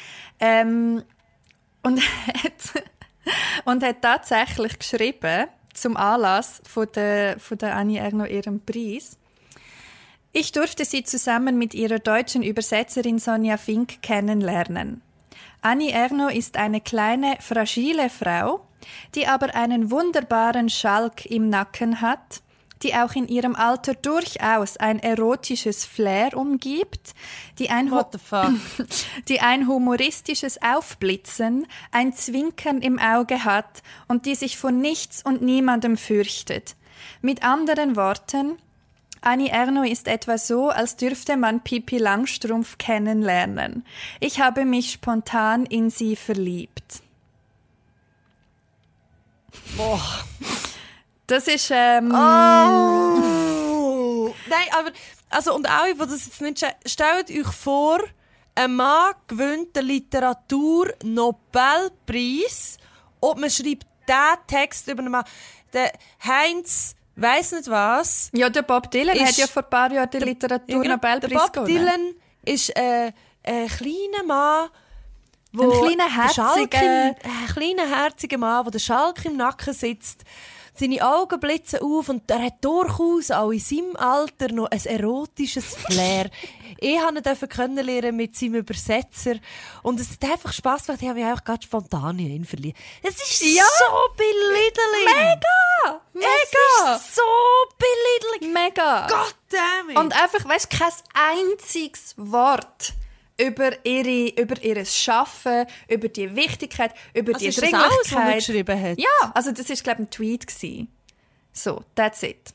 Und hat tatsächlich geschrieben, zum Anlass von der Annie Ernaux ihrem Preis: Ich durfte sie zusammen mit ihrer deutschen Übersetzerin Sonja Fink kennenlernen. Annie Ernaux ist eine kleine, fragile Frau, die aber einen wunderbaren Schalk im Nacken hat, die auch in ihrem Alter durchaus ein erotisches Flair umgibt, die ein humoristisches Aufblitzen, ein Zwinkern im Auge hat und die sich vor nichts und niemandem fürchtet. Mit anderen Worten, Annie Ernaux ist etwa so, als dürfte man Pippi Langstrumpf kennenlernen. Ich habe mich spontan in sie verliebt. Boah. Das ist, Nein, aber, also, und alle, die das jetzt nicht stellt euch vor, ein Mann gewinnt den Literatur-Nobelpreis und man schreibt diesen Text über einen Mann. Der Heinz weiss nicht was. Ja, der Bob Dylan hat ja vor ein paar Jahren den Literatur-Nobelpreis gewonnen. Der Bob Dylan ist ein kleiner Mann, ein kleiner herziger Mann, der den Schalk im Nacken sitzt. Seine Augen blitzen auf und er hat durchaus auch in seinem Alter noch ein erotisches Flair. Ich durfte ihn kennenlernen mit seinem Übersetzer und es hat einfach Spass gemacht. Ich habe mich auch ganz spontan in ihn verliebt. Es ist so belittling. Mega! Es ist so belittling. Mega! Goddammit! Und einfach, weißt du, kein einziges Wort über ihr Schaffen, über die Wichtigkeit, über die ist Dringlichkeit. Das alles, was er geschrieben hat? Ja, also das war, glaube ich, ein Tweet gewesen. So, that's it.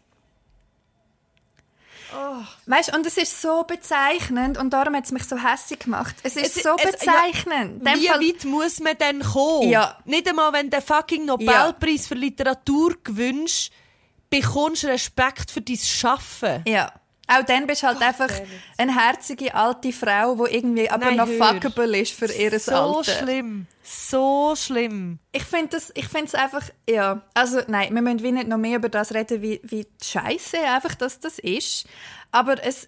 Oh. Weißt du, und es ist so bezeichnend und darum hat es mich so hässlich gemacht. Es ist so bezeichnend. Ja, wie weit muss man denn kommen? Ja. Nicht einmal, wenn du den fucking Nobelpreis für Literatur gewinnst, bekommst du Respekt für dein Schaffen. Ja. Auch dann bist du halt einfach eine herzige alte Frau, die irgendwie aber noch fuckable ist für ihr Alter. So schlimm. Ich finde es einfach, ja. Also nein, wir müssen nicht noch mehr über das reden, wie scheiße einfach das ist. Aber es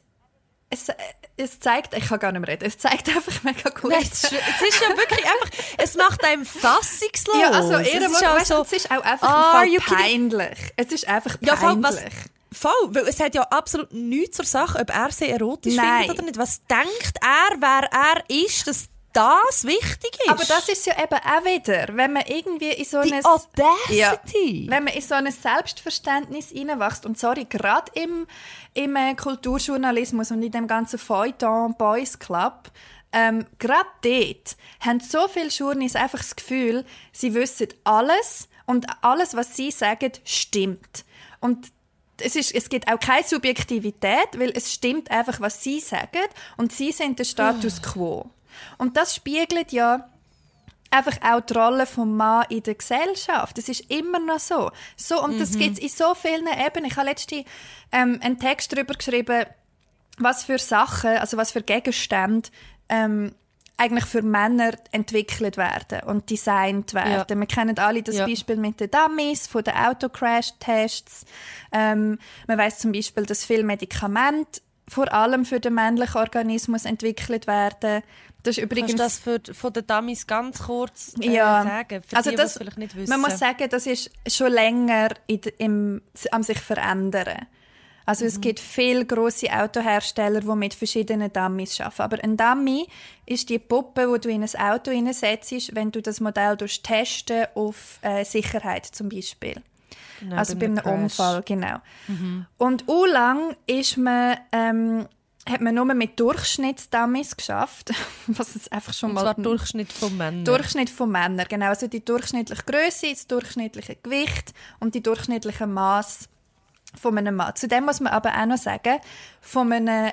zeigt, ich kann gar nicht mehr reden, es zeigt einfach mega gut. Nein, es ist ja wirklich einfach, es macht einem fassungslos. Ja, also es ist auch einfach peinlich. Es ist einfach peinlich. Voll, weil es hat ja absolut nichts zur Sache, ob er sie erotisch findet oder nicht. Was denkt er, wer er ist, dass das wichtig ist? Aber das ist ja eben auch wieder, wenn man irgendwie in so die Audacity. Wenn man in so ein Selbstverständnis hineinwächst, und sorry, gerade im Kulturjournalismus und in dem ganzen Feuilleton Boys Club, gerade dort haben so viele Journalisten einfach das Gefühl, sie wissen alles und alles, was sie sagen, stimmt. Und es gibt auch keine Subjektivität, weil es stimmt einfach, was sie sagen und sie sind der Status quo. Und das spiegelt ja einfach auch die Rolle des Mannes in der Gesellschaft. Das ist immer noch so. Und das gibt es in so vielen Ebenen. Ich habe letztens einen Text darüber geschrieben, was für Sachen, also was für Gegenstände eigentlich für Männer entwickelt werden und designt werden. Ja. Wir kennen alle das Beispiel mit den Dummies, von den Autocrash-Tests. Man weiss zum Beispiel, dass viele Medikamente vor allem für den männlichen Organismus entwickelt werden. Das ist übrigens, kannst du das von den Dummies ganz kurz sagen? Für also die, das, vielleicht nicht wissen. Man muss sagen, das ist schon länger am sich verändern. Also es gibt viele grosse Autohersteller, die mit verschiedenen Dummies arbeiten. Aber ein Dummy ist die Puppe, die du in ein Auto hineinsetzt, wenn du das Modell testen auf Sicherheit zum Beispiel. Genau, also bei einem Unfall, genau. Und lang ist man, hat man nur mit Durchschnittsdummies geschafft. Was es einfach schon und mal zwar Durchschnitt von Männern. Durchschnitt von Männern, genau. Also die durchschnittliche Grösse, das durchschnittliche Gewicht und die durchschnittliche Masse von einem Mann. Zudem muss man aber auch noch sagen, von einem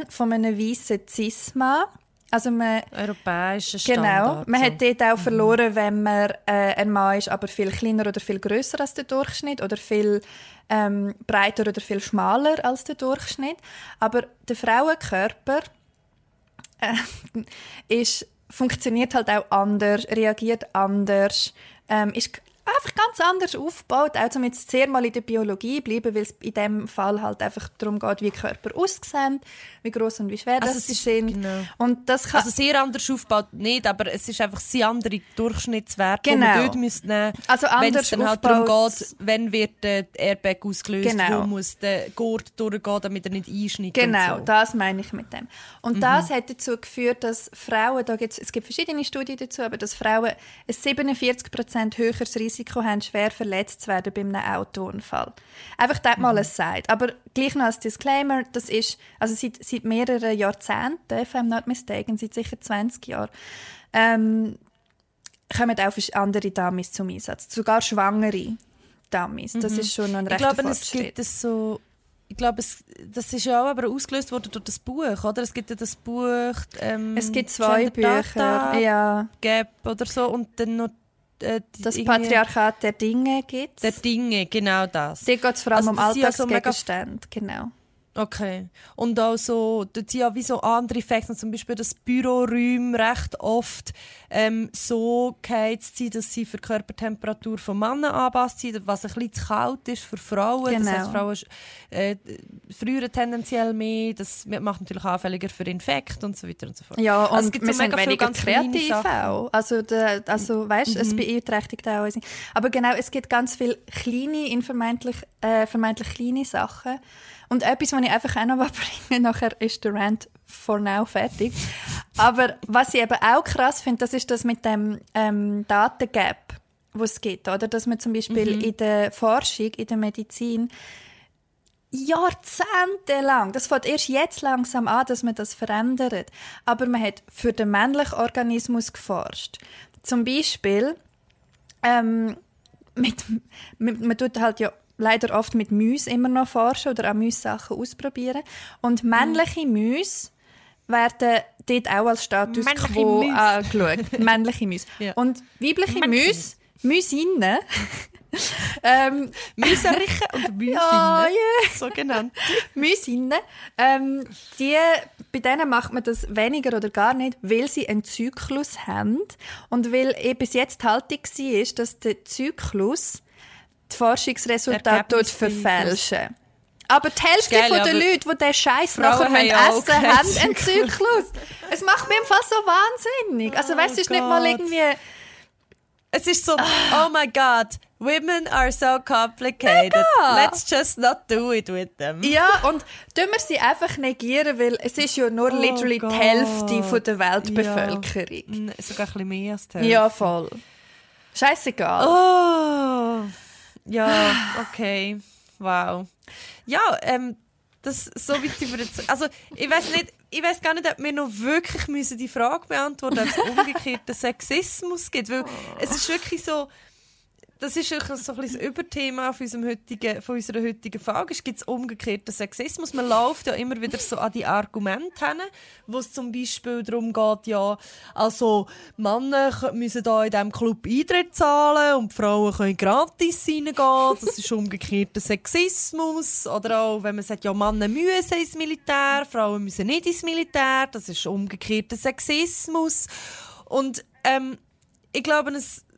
weißen Cis-Mann. Also europäischer Standard. Genau. Man hat dort auch verloren, wenn man ein Mann ist, aber viel kleiner oder viel grösser als der Durchschnitt oder viel breiter oder viel schmaler als der Durchschnitt. Aber der Frauenkörper funktioniert halt auch anders, reagiert anders, ist einfach ganz anders aufgebaut, auch um jetzt sehr mal in der Biologie bleiben, weil es in diesem Fall halt einfach darum geht, wie Körper aussehen, wie gross und wie schwer sie sind. Genau. Und das kann also sehr anders aufgebaut nicht, aber es ist einfach sehr andere Durchschnittswerte, genau. die man dort nehmen müsste, also wenn es dann halt darum geht, wenn wird der Airbag ausgelöst, genau. Wo muss der Gurt durchgehen, damit er nicht einschneidet. Genau, und so. Das meine ich mit dem. Und das hat dazu geführt, dass Frauen, es gibt verschiedene Studien dazu, aber dass Frauen ein 47% höheres Risiko Risiko haben, schwer verletzt zu werden bei einem Autounfall. Einfach dort mal es sagt. Aber gleich noch als Disclaimer, das ist also seit mehreren Jahrzehnten, if I'm not mistaken, seit sicher 20 Jahren, kommen auch andere Dummies zum Einsatz. Sogar schwangere Dummies. Das ist schon ein rechter Fortschritt. Ich glaube, das ist ja auch aber ausgelöst worden durch das Buch, oder? Es gibt ja das Buch es gibt 2 Bücher, ja. Gap oder so und dann noch das Patriarchat der Dinge gibt es. Der Dinge, genau das. Da geht es vor allem um Alltagsgegenstände, genau. Okay. Und auch so, dort sind ja wie so andere Effekte, zum Beispiel das Büroräume recht oft so geheizt sind, dass sie für die Körpertemperatur von Männern angepasst sind, was ein bisschen zu kalt ist für Frauen. Genau. Das heisst, Frauen frieren tendenziell mehr, das macht natürlich anfälliger für Infekte und so weiter und so fort. Ja, und also wir sind weniger kreativ auch. Also weißt, es beeinträchtigt auch uns. Aber genau, es gibt ganz viele kleine, vermeintlich kleine Sachen. Und etwas, was ich einfach auch noch bringen, nachher ist der Rant for now fertig. Aber was ich eben auch krass finde, das ist das mit dem Datengap, was es gibt. Oder? Dass man zum Beispiel in der Forschung, in der Medizin, jahrzehntelang, das fängt erst jetzt langsam an, dass man das verändert. Aber man hat für den männlichen Organismus geforscht. Zum Beispiel, man tut halt ja leider oft mit Mäusen immer noch forschen oder an Mäuse-Sachen ausprobieren. Und männliche Mäuse werden dort auch als Status quo angeschaut. Männliche Mäuse. Ja. Und weibliche Mäuse, Mäusinnen, Mäuserichen und Mäusinnen, so genannt. Mäusinnen, bei denen macht man das weniger oder gar nicht, weil sie einen Zyklus haben und weil bis jetzt die Haltung war, dass der Zyklus die Forschungsresultate verfälschen. Aber die Hälfte der Leute, die diesen Scheiß nachher essen haben einen Zyklus. Es macht mich im Fall so wahnsinnig. Also weißt du, es ist nicht mal irgendwie... Es ist so, oh my God, women are so complicated. Mega. Let's just not do it with them. Ja, und tun wir sie einfach negieren, weil es ist ja nur literally die Hälfte von der Weltbevölkerung. Ja. Sogar ein bisschen mehr als die Hälfte. Ja, voll. Scheissegal. Oh. Ja, okay. Wow. Ja, das so wie sie jetzt. Also ich weiß gar nicht, ob wir noch wirklich die Frage beantworten müssen, ob es umgekehrten Sexismus gibt, weil es ist wirklich so. Das ist so ein bisschen das Überthema von unserer heutigen Frage. Gibt es umgekehrten Sexismus? Man läuft ja immer wieder so an die Argumente hin, wo es zum Beispiel darum geht, ja, also Männer müssen da in diesem Club Eintritt zahlen und die Frauen können gratis reingehen. Das ist umgekehrter Sexismus. Oder auch, wenn man sagt, ja, Männer müssen ins Militär, Frauen müssen nicht ins Militär. Das ist umgekehrter Sexismus. Und ich glaube,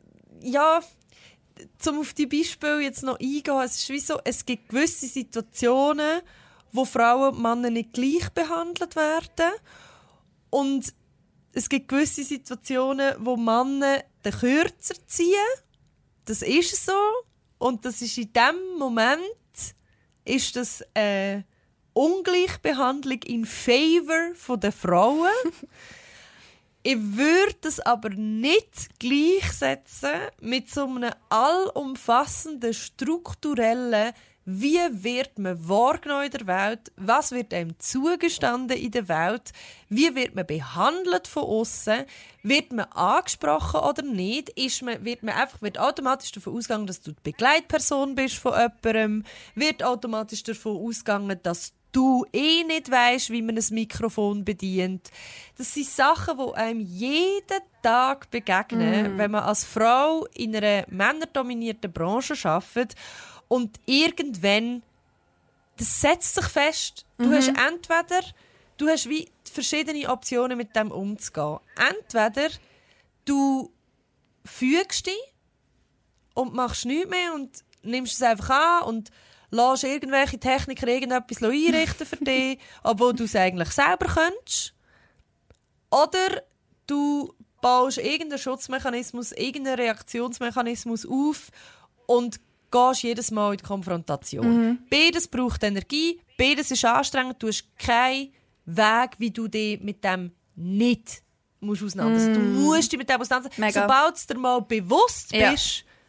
um auf die Beispiele jetzt noch eingehen, es ist wie so, es gibt gewisse Situationen, wo Frauen und Männer nicht gleich behandelt werden. Und es gibt gewisse Situationen, wo Männer den Kürzer ziehen. Das ist so. Und das ist in diesem Moment ist das eine Ungleichbehandlung in favor der Frauen. Ich würde das aber nicht gleichsetzen mit so einem allumfassenden, strukturellen, wie wird man wahrgenommen in der Welt, was wird einem zugestanden in der Welt, wie wird man behandelt von außen, wird man angesprochen oder nicht, wird automatisch davon ausgegangen, dass du die Begleitperson bist von jemandem, wird automatisch davon ausgegangen, dass du nicht weisst, wie man ein Mikrofon bedient. Das sind Sachen, die einem jeden Tag begegnen, wenn man als Frau in einer männerdominierten Branche arbeitet. Und irgendwann, das setzt sich fest. Du hast wie verschiedene Optionen, mit dem umzugehen. Entweder du fügst dich und machst nichts mehr und nimmst es einfach an und lässt irgendwelche Techniker irgendetwas einrichten für dich, obwohl du es eigentlich selber könntest. Oder du baust irgendeinen Schutzmechanismus, irgendeinen Reaktionsmechanismus auf und gehst jedes Mal in die Konfrontation. Beides braucht Energie, beides ist anstrengend, du hast keinen Weg, wie du dich mit dem nicht auseinandersetzen musst. Du musst dich mit dem auseinandersetzen. Sobald du dir mal bewusst bist,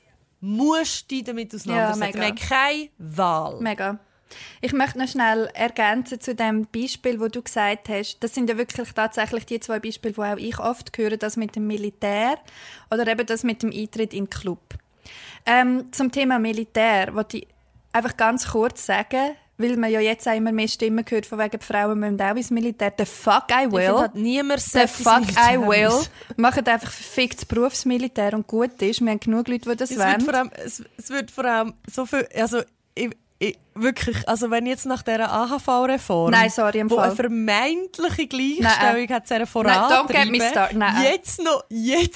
musst dich damit auseinandersetzen. Wir haben keine Wahl. Mega. Ich möchte noch schnell ergänzen zu dem Beispiel, wo du gesagt hast. Das sind ja wirklich tatsächlich die 2 Beispiele, die auch ich oft höre, das mit dem Militär oder eben das mit dem Eintritt in den Club. Zum Thema Militär wollte ich einfach ganz kurz sagen, weil man ja jetzt auch immer mehr Stimmen hört, von wegen die Frauen müssen auch ins Militär. The fuck I will. The fuck I will. Macht einfach verficktes Berufsmilitär und gut ist. Wir haben genug Leute, die das wollen. Es wird vor allem so viel... Also, wirklich, also wenn jetzt nach dieser AHV-Reform, wo eine vermeintliche Gleichstellung hat vorantreiben, jetzt noch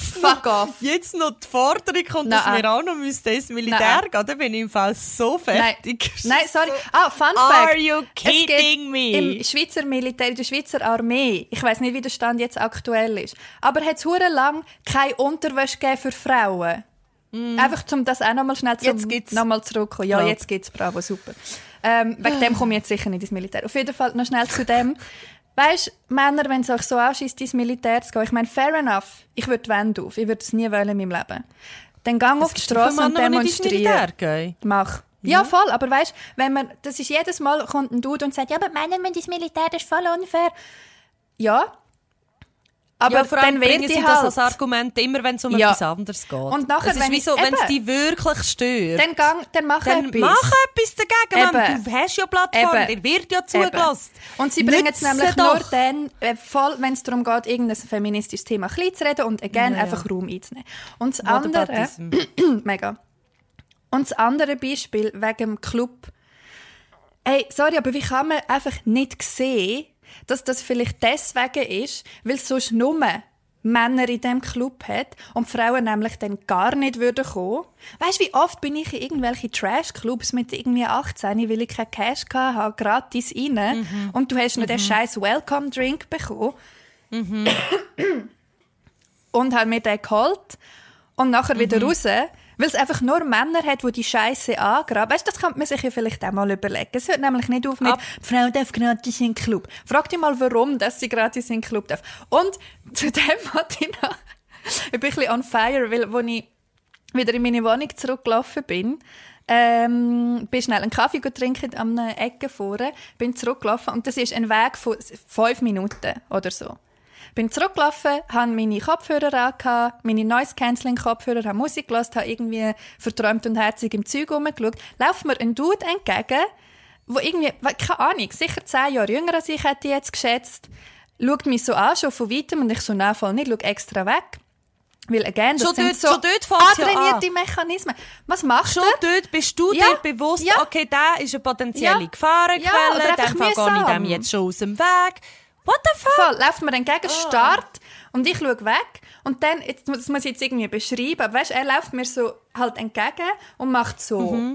die Forderung kommt, dass wir auch noch ins Militär gehen, dann bin ich im Fall so fertig. Nein, sorry. Fun Fact. Are you kidding me? Im Schweizer Militär, in der Schweizer Armee, ich weiss nicht, wie der Stand jetzt aktuell ist, aber hat es verdammt lang keine Unterwäsche gegeben für Frauen. Einfach, um das auch nochmal schnell zurückkommen. Ja, jetzt geht's, bravo, super. Wegen dem komme ich jetzt sicher nicht ins Militär. Auf jeden Fall noch schnell zu dem. Weisst, Männer, wenn es euch so anschießt, ins Militär zu gehen, ich meine, fair enough, ich würde die Wände auf, ich würde es nie wollen in meinem Leben. Dann gang auf die Straße und demonstriere. Mach. Ja, voll, aber weisst, das ist jedes Mal, kommt ein Dude und sagt, ja, aber Männer müssen ins Militär, das ist voll unfair. Ja. Aber vor allem dann bringen sie das als Argument immer, wenn es um etwas anderes geht. Und nachher, es ist wie so, wenn es dich wirklich stört. Dann mach etwas. Mach etwas dagegen, Mann. Du hast ja Plattform, dir wird ja zugelassen. Und sie bringen es nämlich nur dann voll, wenn es darum geht, irgendein feministisches Thema klein zu reden und einfach Raum einzunehmen. Und das andere... mega. Und das andere Beispiel wegen dem Club. Hey, sorry, aber wie kann man einfach nicht sehen, dass das vielleicht deswegen ist, weil es sonst nur Männer in diesem Club hat und die Frauen nämlich dann gar nicht würden kommen. Weisst du, wie oft bin ich in irgendwelche Trash-Clubs mit irgendwie 18, weil ich keinen Cash hatte, gratis rein und du hast noch den scheiß Welcome-Drink bekommen und habe mir den geholt und nachher wieder raus, weil es einfach nur Männer hat, die Scheiße angraben. Weißt du, das kann man sich ja vielleicht auch mal überlegen. Es hört nämlich nicht auf mit «Die Frau darf gratis in den Club». Frag dich mal, warum dass sie gratis in den Club darf. Und zu dem Martina, ich bin ein bisschen on fire, weil als ich wieder in meine Wohnung zurückgelaufen bin schnell einen Kaffee trinken an einer Ecke vorne, bin zurückgelaufen und das ist ein Weg von 5 Minuten oder so. Bin zurückgelaufen, habe meine Kopfhörer angehabt, meine Noise-Cancelling-Kopfhörer, habe Musik gehört, habe irgendwie verträumt und herzig im Zeug rumgeschaut. Lauft mir ein Dude entgegen, der irgendwie, keine Ahnung, sicher 10 Jahre jünger als ich hätte jetzt geschätzt, schaut mich so an, schon von weitem, und ich so, nein, voll nicht, schaue extra weg. Weil, again, das sind so antrainierte Mechanismen. Was machst du? Schon dort bist du dir bewusst, okay, der ist eine potenzielle Gefahrenquelle, dem Fall gehe ich dem jetzt schon aus dem Weg. What the fuck? Voll, läuft mir entgegen, Start, und ich schaue weg. Und dann, das muss ich jetzt irgendwie beschreiben, aber weißt, er läuft mir so halt entgegen und macht so.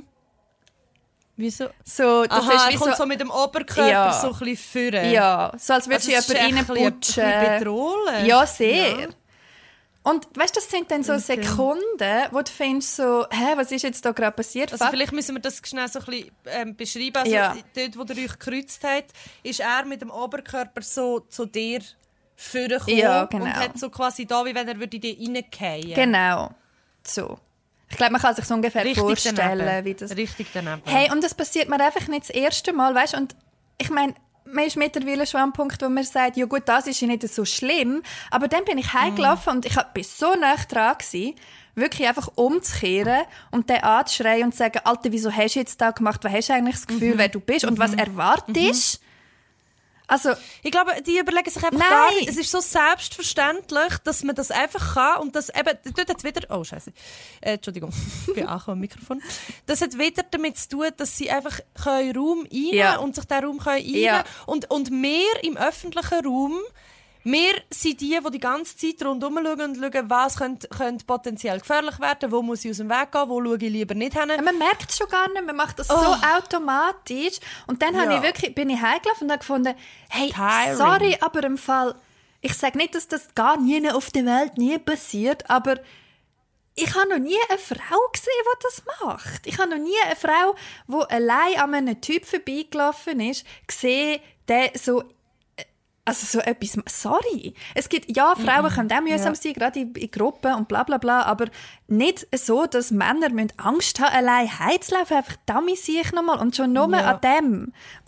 Wieso? So, das ist wie er kommt so mit dem Oberkörper so ein bisschen führen. Ja, so als würde ich jemanden reinputschen. Ein bedrohlich. Ja, sehr. Ja. Und weißt du, das sind dann so Sekunden, wo du findest, so, was ist jetzt da gerade passiert? Also vielleicht müssen wir das schnell so ein bisschen beschreiben. Also dort, wo ihr euch gekreuzt habt, ist er mit dem Oberkörper so zu dir vorgekommen und hat so quasi da, wie wenn er würde dir reingehen. Genau. So. Ich glaube, man kann sich so ungefähr vorstellen, wie das... Richtig daneben. Hey, und das passiert mir einfach nicht das erste Mal, weißt du? Und ich meine, man ist mittlerweile schon am Punkt, wo man sagt, ja gut, das ist ja nicht so schlimm. Aber dann bin ich heimgelaufen und ich war so nah dran gewesen, wirklich einfach umzukehren und den anzuschreien und zu sagen, Alter, wieso hast du jetzt da gemacht? Was hast du eigentlich das Gefühl, wer du bist und was erwartest? Also, ich glaube, die überlegen sich einfach gar nicht. Es ist so selbstverständlich, dass man das einfach kann und das eben, dort hat es wieder, oh Scheiße, Entschuldigung, ich bin auch am Mikrofon. Das hat wieder damit zu tun, dass sie einfach Raum einnehmen und sich diesen Raum einnehmen können. Und wir im öffentlichen Raum, wir sind die ganze Zeit rundherum schauen und schauen, was könnte potenziell gefährlich werden, wo muss ich aus dem Weg gehen, wo schaue ich lieber nicht hin. Man merkt es schon gar nicht, man macht das so automatisch. Und dann bin ich heimgelaufen und habe gefunden, hey, sorry, aber im Fall, ich sage nicht, dass das gar nie auf der Welt nie passiert, aber ich habe noch nie eine Frau gesehen, die das macht. Ich habe noch nie eine Frau, die allein an einem Typ vorbeigelaufen ist, gesehen, der so Also so etwas, sorry. Es gibt, ja, Frauen können auch mühsam sein, gerade in Gruppen und bla bla bla, aber nicht so, dass Männer Angst haben, allein heimzulaufen. Einfach, da sehe ich nochmal. Und schon nur an dem,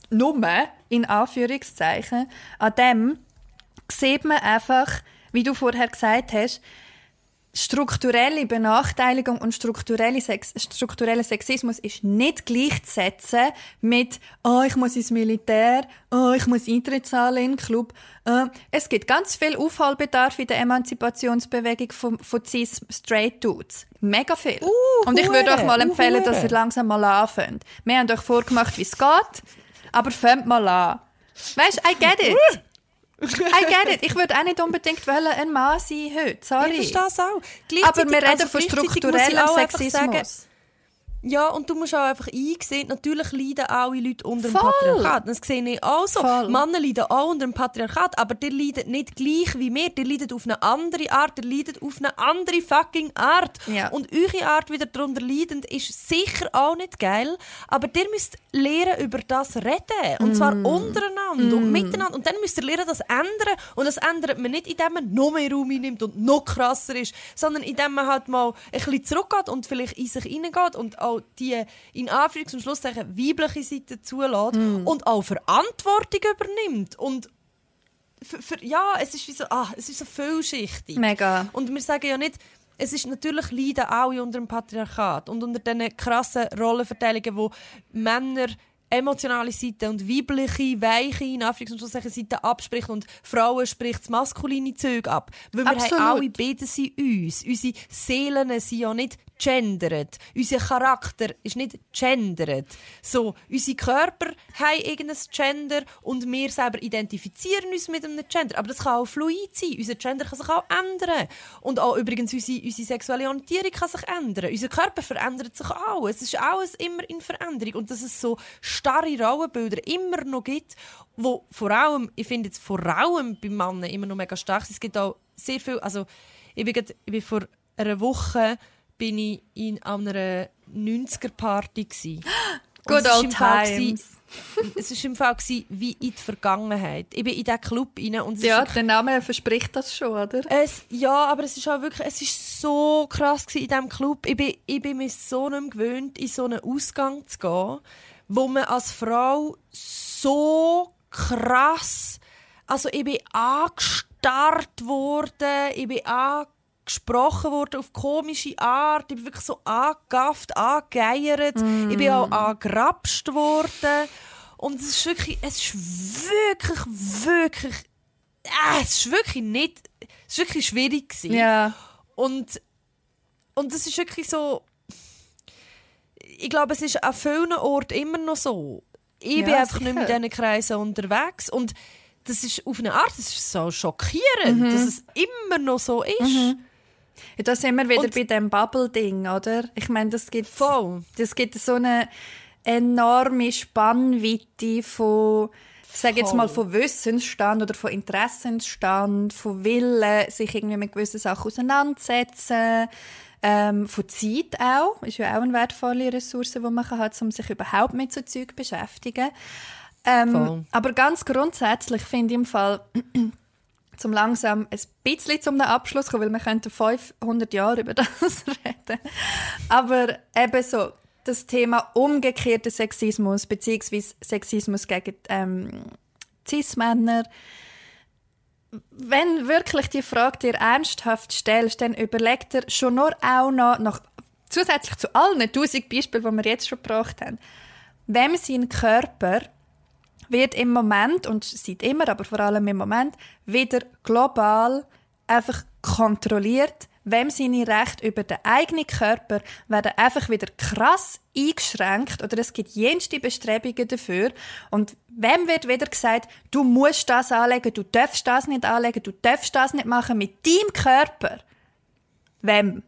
in Anführungszeichen, an dem sieht man einfach, wie du vorher gesagt hast, strukturelle Benachteiligung und struktureller Sexismus ist nicht gleichzusetzen mit ich muss ins Militär, ich muss Eintritt zahlen in den Club. Es gibt ganz viel Aufholbedarf in der Emanzipationsbewegung von cis-straight-Dudes. Mega viel. Und ich würde euch mal empfehlen, dass ihr langsam mal anfängt. Wir haben euch vorgemacht, wie es geht, aber fangt mal an. Weißt du, I get it. I get it. Ich würde auch nicht unbedingt ein Mann sein heute. Sorry. Ich verstehe es auch. Aber wir reden von strukturellem Sexismus. Ja, und du musst auch einfach einsehen, natürlich leiden alle Leute unter dem Patriarchat. Das sehe ich auch so. Männer leiden auch unter dem Patriarchat, aber die leiden nicht gleich wie wir. Die leiden auf eine andere Art, die leiden auf eine andere fucking Art. Ja. Und eure Art wieder darunter leidend ist sicher auch nicht geil, aber ihr müsst lernen, über das reden. Und zwar untereinander und miteinander. Und dann müsst ihr lernen, das ändern. Und das ändert man nicht, indem man noch mehr Raum einnimmt und noch krasser ist, sondern indem man halt mal ein bisschen zurückgeht und vielleicht in sich hineingeht und auch die in Anführungs- und Schlusszeichen weibliche Seite zulässt und auch Verantwortung übernimmt. Und es ist wie so, es ist so vielschichtig. Mega. Und wir sagen ja nicht, es ist natürlich leiden alle unter dem Patriarchat und unter diesen krassen Rollenverteilungen, wo Männer emotionale Seite und weibliche, weiche, in Anführungs- und Schlusszeichen Seite abspricht und Frauen spricht das maskuline Zeug ab. Weil wir haben alle beide sind uns. Unsere Seelen sind ja nicht gendert. Unser Charakter ist nicht gendert. So, unsere Körper haben irgendein Gender und wir selber identifizieren uns mit einem Gender. Aber das kann auch fluid sein. Unser Gender kann sich auch ändern. Und auch übrigens unsere sexuelle Orientierung kann sich ändern. Unser Körper verändert sich auch. Es ist alles immer in Veränderung. Und dass es so starre Rollenbilder immer noch gibt, wo vor allem, ich finde jetzt vor allem bei Männern immer noch mega stark sind. Es gibt auch sehr viel, also ich bin vor einer Woche bin ich in einer 90er-Party. Good old times. Es war im Fall wie in der Vergangenheit. Ich bin in diesen Club rein. Und ja, der Name verspricht das schon, oder? Aber es ist auch wirklich, es ist so krass in diesem Club. Ich bin mir so nicht mehr gewöhnt, in so einen Ausgang zu gehen, wo man als Frau so krass, also ich bin angestarrt worden, ich bin gesprochen worden auf komische Art. Ich bin wirklich so angegafft, angegeiert. Ich bin auch angerapscht worden. Und es ist wirklich nicht, es ist wirklich schwierig gewesen. Ja. Und es ist wirklich so, ich glaube, es ist an vielen Orten immer noch so. Ich bin einfach nicht mehr in diesen Kreisen unterwegs. Und das ist auf eine Art, das ist so schockierend, dass es immer noch so ist. Ja, da sind wir wieder bei dem Bubble-Ding, oder? Ich meine, das gibt so eine enorme Spannweite von, sage jetzt mal, von Wissensstand oder von Interessensstand, von Willen, sich irgendwie mit gewissen Sachen auseinandersetzen, von Zeit auch. Ist ja auch eine wertvolle Ressource, die man hat, um sich überhaupt mit so Zeug zu beschäftigen. Aber ganz grundsätzlich finde ich im Fall, zum langsam ein bisschen zum Abschluss kommen, weil wir könnten 500 Jahre über das reden. Aber eben so das Thema umgekehrter Sexismus beziehungsweise Sexismus gegen Cis-Männer. Wenn wirklich die Frage dir ernsthaft stellst, dann überleg dir schon nur auch noch zusätzlich zu allen 1000 Beispielen, die wir jetzt schon gebracht haben, wem sein Körper wird im Moment, und seit immer, aber vor allem im Moment, wieder global einfach kontrolliert. Wem seine Rechte über den eigenen Körper werden einfach wieder krass eingeschränkt oder es gibt jenste Bestrebungen dafür. Und wem wird wieder gesagt, du musst das anlegen, du darfst das nicht anlegen, du darfst das nicht machen mit deinem Körper? Wem?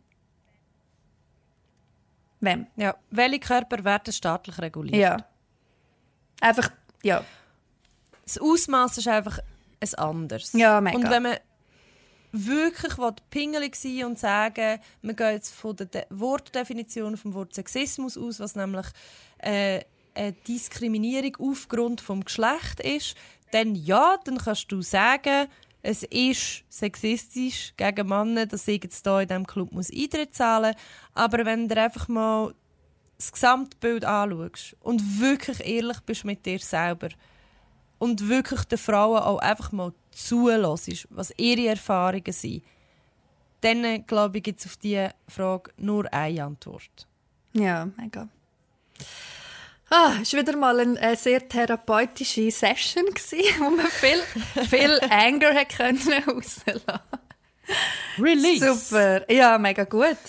Ja, welche Körper werden staatlich reguliert? Ja. Einfach, ja. Das Ausmaß ist einfach ein anderes. Ja, mega. Und wenn man wirklich pingelig sein und sagen, man geht jetzt von der Wortdefinition vom Wort Sexismus aus, was nämlich eine Diskriminierung aufgrund vom Geschlecht ist, dann ja, dann kannst du sagen, es ist sexistisch gegen Männer, dass ich jetzt hier in diesem Club Eintritt zahlen muss. Aber wenn du einfach mal das Gesamtbild anschaust und wirklich ehrlich bist mit dir selber und wirklich den Frauen auch einfach mal zulässt, was ihre Erfahrungen sind, dann, glaube ich, gibt es auf diese Frage nur eine Antwort. Ja, mega. Es war wieder mal eine sehr therapeutische Session, wo man viel Anger rauslassen konnte. Release! Super, ja, mega gut.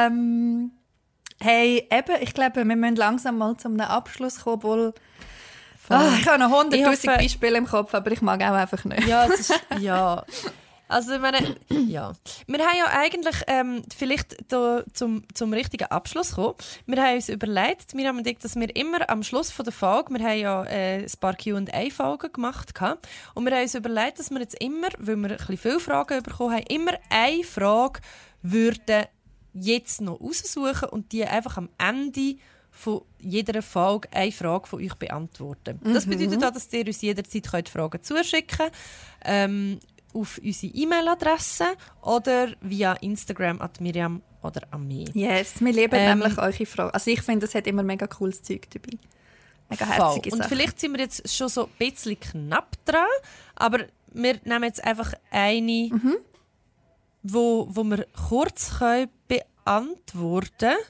Hey, eben, ich glaube, wir müssen langsam mal zu einem Abschluss kommen, obwohl ich habe noch 100'000 Beispiele im Kopf, aber ich mag auch einfach nicht. Ja, es ist, ja. Also, ich meine, ja. Wir haben ja eigentlich, vielleicht da zum richtigen Abschluss kommen. Wir haben uns überlegt, wir haben gedacht, dass wir immer am Schluss der Folge, wir haben ja ein paar Q&A-Folgen gemacht, und wir haben uns überlegt, dass wir jetzt immer, weil wir ein bisschen viele Fragen bekommen haben, immer eine Frage würden jetzt noch raussuchen und die einfach am Ende von jeder Folge eine Frage von euch beantworten. Das bedeutet auch, dass ihr uns jederzeit Fragen zuschicken könnt. Auf unsere E-Mail-Adresse oder via Instagram @Miriam oder an mich. Yes, wir lieben nämlich eure Fragen. Also ich finde, es hat immer mega cooles Zeug dabei. Mega herzige Sachen. Und vielleicht sind wir jetzt schon so ein bisschen knapp dran, aber wir nehmen jetzt einfach eine, wo wir kurz beantworten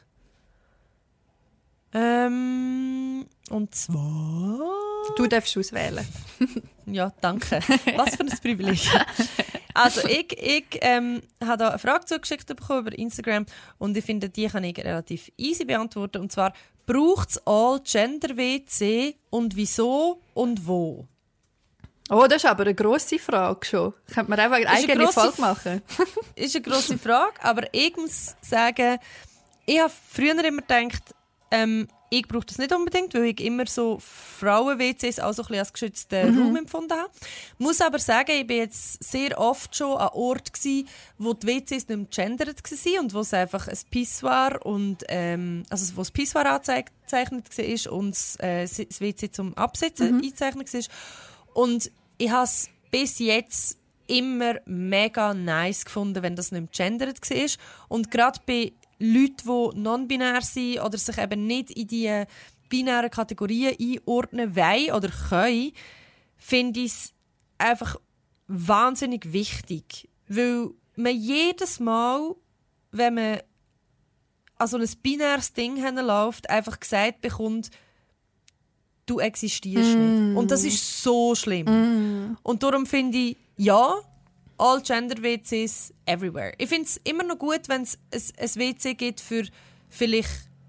können. Und zwar... Du darfst auswählen. Ja, danke. Was für ein Privileg. Also ich habe da eine Frage zugeschickt bekommen über Instagram und ich finde, die kann ich relativ easy beantworten. Und zwar, braucht es All-Gender-WC und wieso und wo? Oh, das ist aber eine grosse Frage schon. Könnte man einfach eine eigene Folge machen. Ist eine grosse Frage, aber ich muss sagen, ich habe früher immer gedacht, ich brauche das nicht unbedingt, weil ich immer so Frauen-WCs auch so ein bisschen als geschützten Raum empfunden habe. Ich muss aber sagen, ich war jetzt sehr oft schon an Orten gewesen, wo die WCs nicht mehr gendert waren und wo es einfach ein Pissoir und also wo das Pissoir angezeichnet war und das WC zum Absitzen eingezeichnet war. Und ich habe es bis jetzt immer mega nice gefunden, wenn das nicht mehr gendert war. Und gerade bei Leute, die non-binär sind oder sich eben nicht in die binären Kategorien einordnen wollen oder können, finde ich es einfach wahnsinnig wichtig. Weil man jedes Mal, wenn man an so ein binäres Ding läuft, einfach gesagt bekommt, du existierst nicht. Und das ist so schlimm. Und darum finde ich, ja, All-Gender-WCs everywhere. Ich finde es immer noch gut, wenn es ein WC gibt für vielleicht,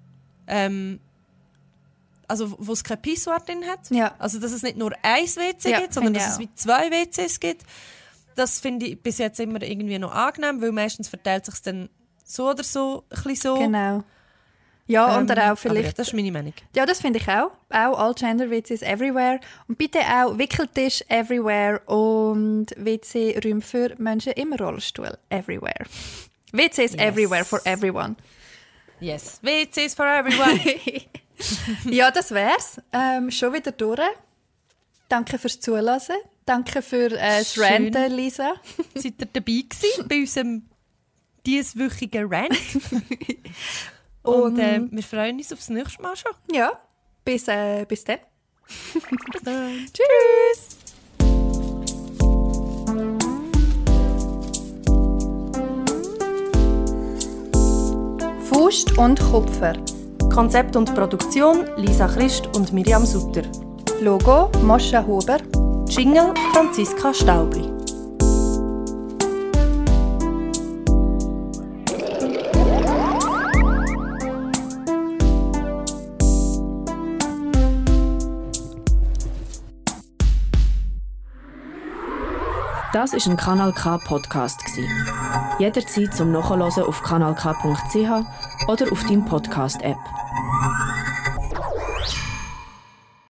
also wo es kein Pissoir drin hat. Ja. Also dass es nicht nur ein WC gibt, sondern dass es wie 2 WCs gibt. Das finde ich bis jetzt immer irgendwie noch angenehm, weil meistens verteilt es sich dann so oder so ein bisschen so. Genau. Ja, und auch vielleicht... Ja, das ist meine Meinung. Ja, das finde ich auch. Auch All-Gender-WCs everywhere. Und bitte auch Wickeltisch everywhere und WC-Räume für Menschen im Rollstuhl everywhere. WCs everywhere for everyone. Yes, WCs for everyone. Ja, das wär's. Schon wieder durch. Danke fürs Zuhören. Danke für das Ranten, Lisa. Seid ihr dabei gewesen bei unserem dieswöchigen Rant? Und wir freuen uns aufs nächste Mal schon. Ja, bis dann. Bis dann. Tschüss. Faust und Kupfer. Konzept und Produktion Lisa Christ und Miriam Sutter. Logo Moscha Huber. Jingle Franziska Staubli. Das war ein Kanal K Podcast. Jederzeit zum Nachhören auf kanalk.ch oder auf deinem Podcast-App.